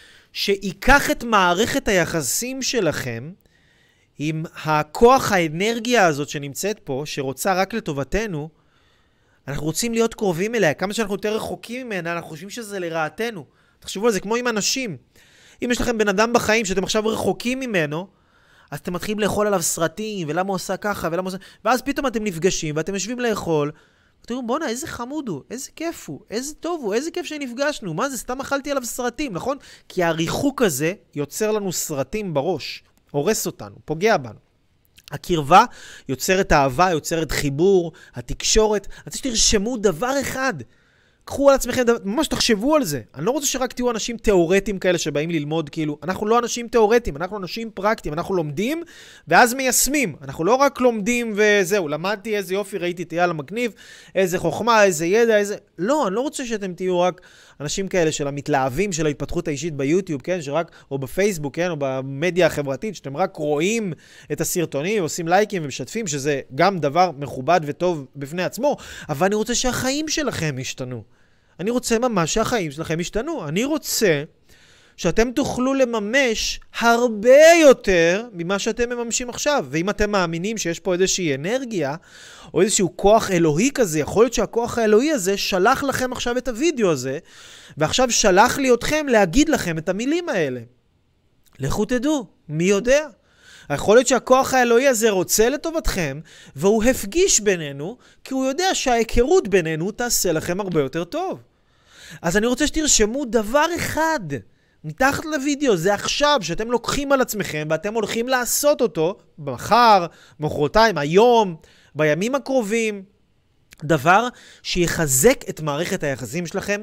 שיקח את מערכת היחסים שלכם עם הכוח האנרגיה הזאת שנמצאת פה, שרוצה רק לטובתנו, אנחנו רוצים להיות קרובים אליה. כמה שאנחנו יותר רחוקים ממנה, אנחנו חושבים שזה לרעתנו. תחשבו על זה, כמו עם אנשים. אם יש לכם בן אדם בחיים שאתם עכשיו רחוקים ממנו, אז אתם מתחילים לאכול עליו סרטים, ולמה הוא עושה ככה, ולמה הוא עושה... ואז פתאום אתם נפגשים, ואתם יושבים לאכול, ואתם אומרים, בונה, איזה חמוד הוא, איזה כיף הוא, איזה טוב הוא, איזה כיף שנפגשנו, מה זה, סתם אכלתי עליו סרטים, נכון? כי הריחוק הזה יוצר לנו סרטים בראש, הורס אותנו, פוגע בנו. הקרבה יוצרת אהבה, יוצרת חיבור, התקשורת. אני רוצה שתרשמו דבר אחד, קחו על עצמכם, ממש תחשבו על זה. אני לא רוצה שרק תהיו אנשים תיאורטיים כאלה שבאים ללמוד, כאילו, אנחנו לא אנשים תיאורטיים, אנחנו אנשים פרקטיים, אנחנו לומדים ואז מיישמים. אנחנו לא רק לומדים וזהו, למדתי איזה יופי, ראיתי תהיה על המגניב, איזה חוכמה, איזה ידע, איזה... לא, אני לא רוצה שאתם תהיו רק אנשים כאלה של המתלהבים של ההתפתחות האישית ביוטיוב, כן, שרק, או בפייסבוק, כן, או במדיה החברתית, שאתם רק רואים את הסרטונים, עושים לייקים ומשתפים, שזה גם דבר מכובד וטוב בפני עצמו, אבל אני רוצה שהחיים שלכם ישתנו. אני רוצה ממש שהחיים שלכם ישתנו. אני רוצה שאתם תוכלו לממש הרבה יותר ממה שאתם מממשים עכשיו. ואם אתם מאמינים שיש פה איזושהי אנרגיה, או איזשהו כוח אלוהי כזה, יכול להיות שהכוח האלוהי הזה שלח לכם עכשיו את הוידאו הזה, ועכשיו שלח לי אתכם להגיד לכם את המילים האלה. לכו תדעו, מי יודע? יכול להיות שהכוח האלוהי הזה רוצה לטובתכם, והוא הפגיש בינינו, כי הוא יודע שההיכרות בינינו תעשה לכם הרבה יותר טוב. אז אני רוצה שתרשמו דבר אחד, מתחת לוידאו, זה עכשיו שאתם לוקחים על עצמכם, ואתם הולכים לעשות אותו, מחר, מחרתיים, היום, בימים הקרובים, דבר שיחזק את מערכת היחסים שלכם,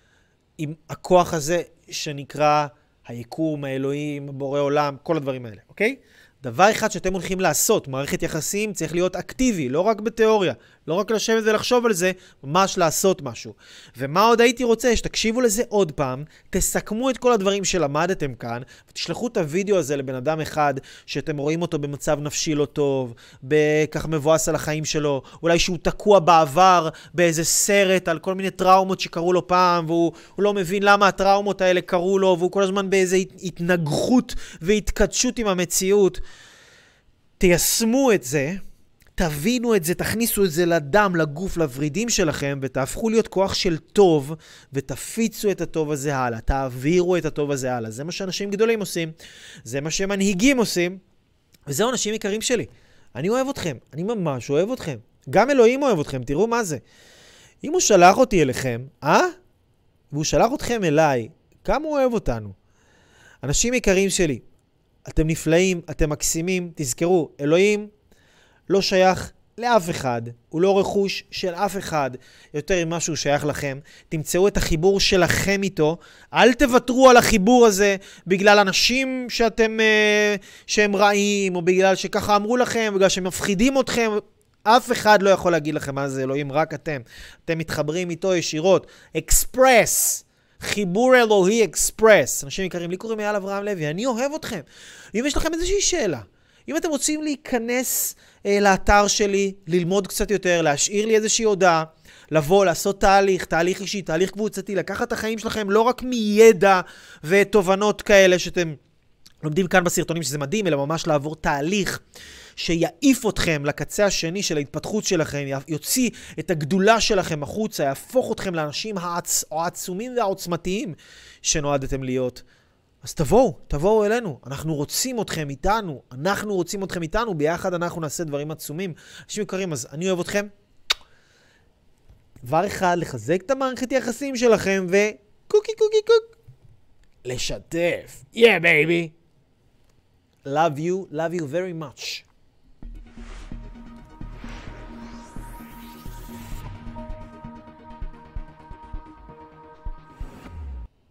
עם הכוח הזה שנקרא היקום, האלוהים, בורא עולם, כל הדברים האלה, אוקיי? דבר אחד שאתם הולכים לעשות, מערכת יחסים צריך להיות אקטיבי, לא רק בתיאוריה, לא רק לשבת ולחשוב על זה, ממש לעשות משהו. ומה עוד הייתי רוצה? שתקשיבו לזה עוד פעם, תסכמו את כל הדברים שלמדתם כאן, ותשלחו את הוידאו הזה לבן אדם אחד, שאתם רואים אותו במצב נפשי לא טוב, בכך מבואס על החיים שלו, אולי שהוא תקוע בעבר באיזה סרט על כל מיני טראומות שקרו לו פעם, והוא לא מבין למה הטראומות האלה קרו לו, והוא כל הזמן באיזה התנגחות והתקדשות עם המציאות. תיישמו את זה, תבינו את זה, תכניסו את זה לדם, לגוף, לורידים שלכם, ותהפכו להיות כוח של טוב, ותפיצו את הטוב הזה הלאה, תעבירו את הטוב הזה הלאה. זה מה שאנשים גדולים עושים, זה מה שמנהיגים עושים, וזהו אנשים יקרים שלי. אני אוהב אתכם, אני ממש אוהב אתכם. גם אלוהים אוהב אתכם, תראו מה זה. אם הוא שלח אותי אליכם, אה? והוא שלח אתכם אליי, כמה הוא אוהב אותנו. אנשים יקרים שלי, אתם נפלאים, אתם מקסימים, תזכרו, אלוהים לא שייך לאף אחד, הוא לא רכוש של אף אחד, יותר ממשהו שייך לכם. תמצאו את החיבור שלכם איתו, אל תוותרו על החיבור הזה בגלל אנשים שאתם, שהם רעים, או בגלל שככה אמרו לכם, בגלל שהם מפחידים אתכם. אף אחד לא יכול להגיד לכם מה זה אלוהים, רק אתם. אתם מתחברים איתו ישירות. אקספרס. חיבור אלוהי אקספרס. אנשים יקרים, לי קוראים אייל אברהם לוי, אני אוהב אתכם. אם יש לכם איזושהי שאלה, אם אתם רוצים להיכנס אה, לאתר שלי, ללמוד קצת יותר, להשאיר לי איזושהי הודעה, לבוא, לעשות תהליך, תהליך אישי, תהליך קבוצתי, לקחת את החיים שלכם לא רק מידע ותובנות כאלה שאתם לומדים כאן בסרטונים שזה מדהים, אלא ממש לעבור תהליך שיעיף אתכם לקצה השני של ההתפתחות שלכם, יוציא את הגדולה שלכם החוצה, יהפוך אתכם לאנשים העצ... העצומים והעוצמתיים שנועדתם להיות. אז תבואו, תבואו אלינו. אנחנו רוצים אתכם איתנו. אנחנו רוצים אתכם איתנו. ביחד אנחנו נעשה דברים עצומים. אנשים יקרים, אז אני אוהב אתכם. דבר אחד, לחזק את המערכת יחסים שלכם וקוקי קוקי קוק. לשתף. Yeah, baby. Love you, love you very much.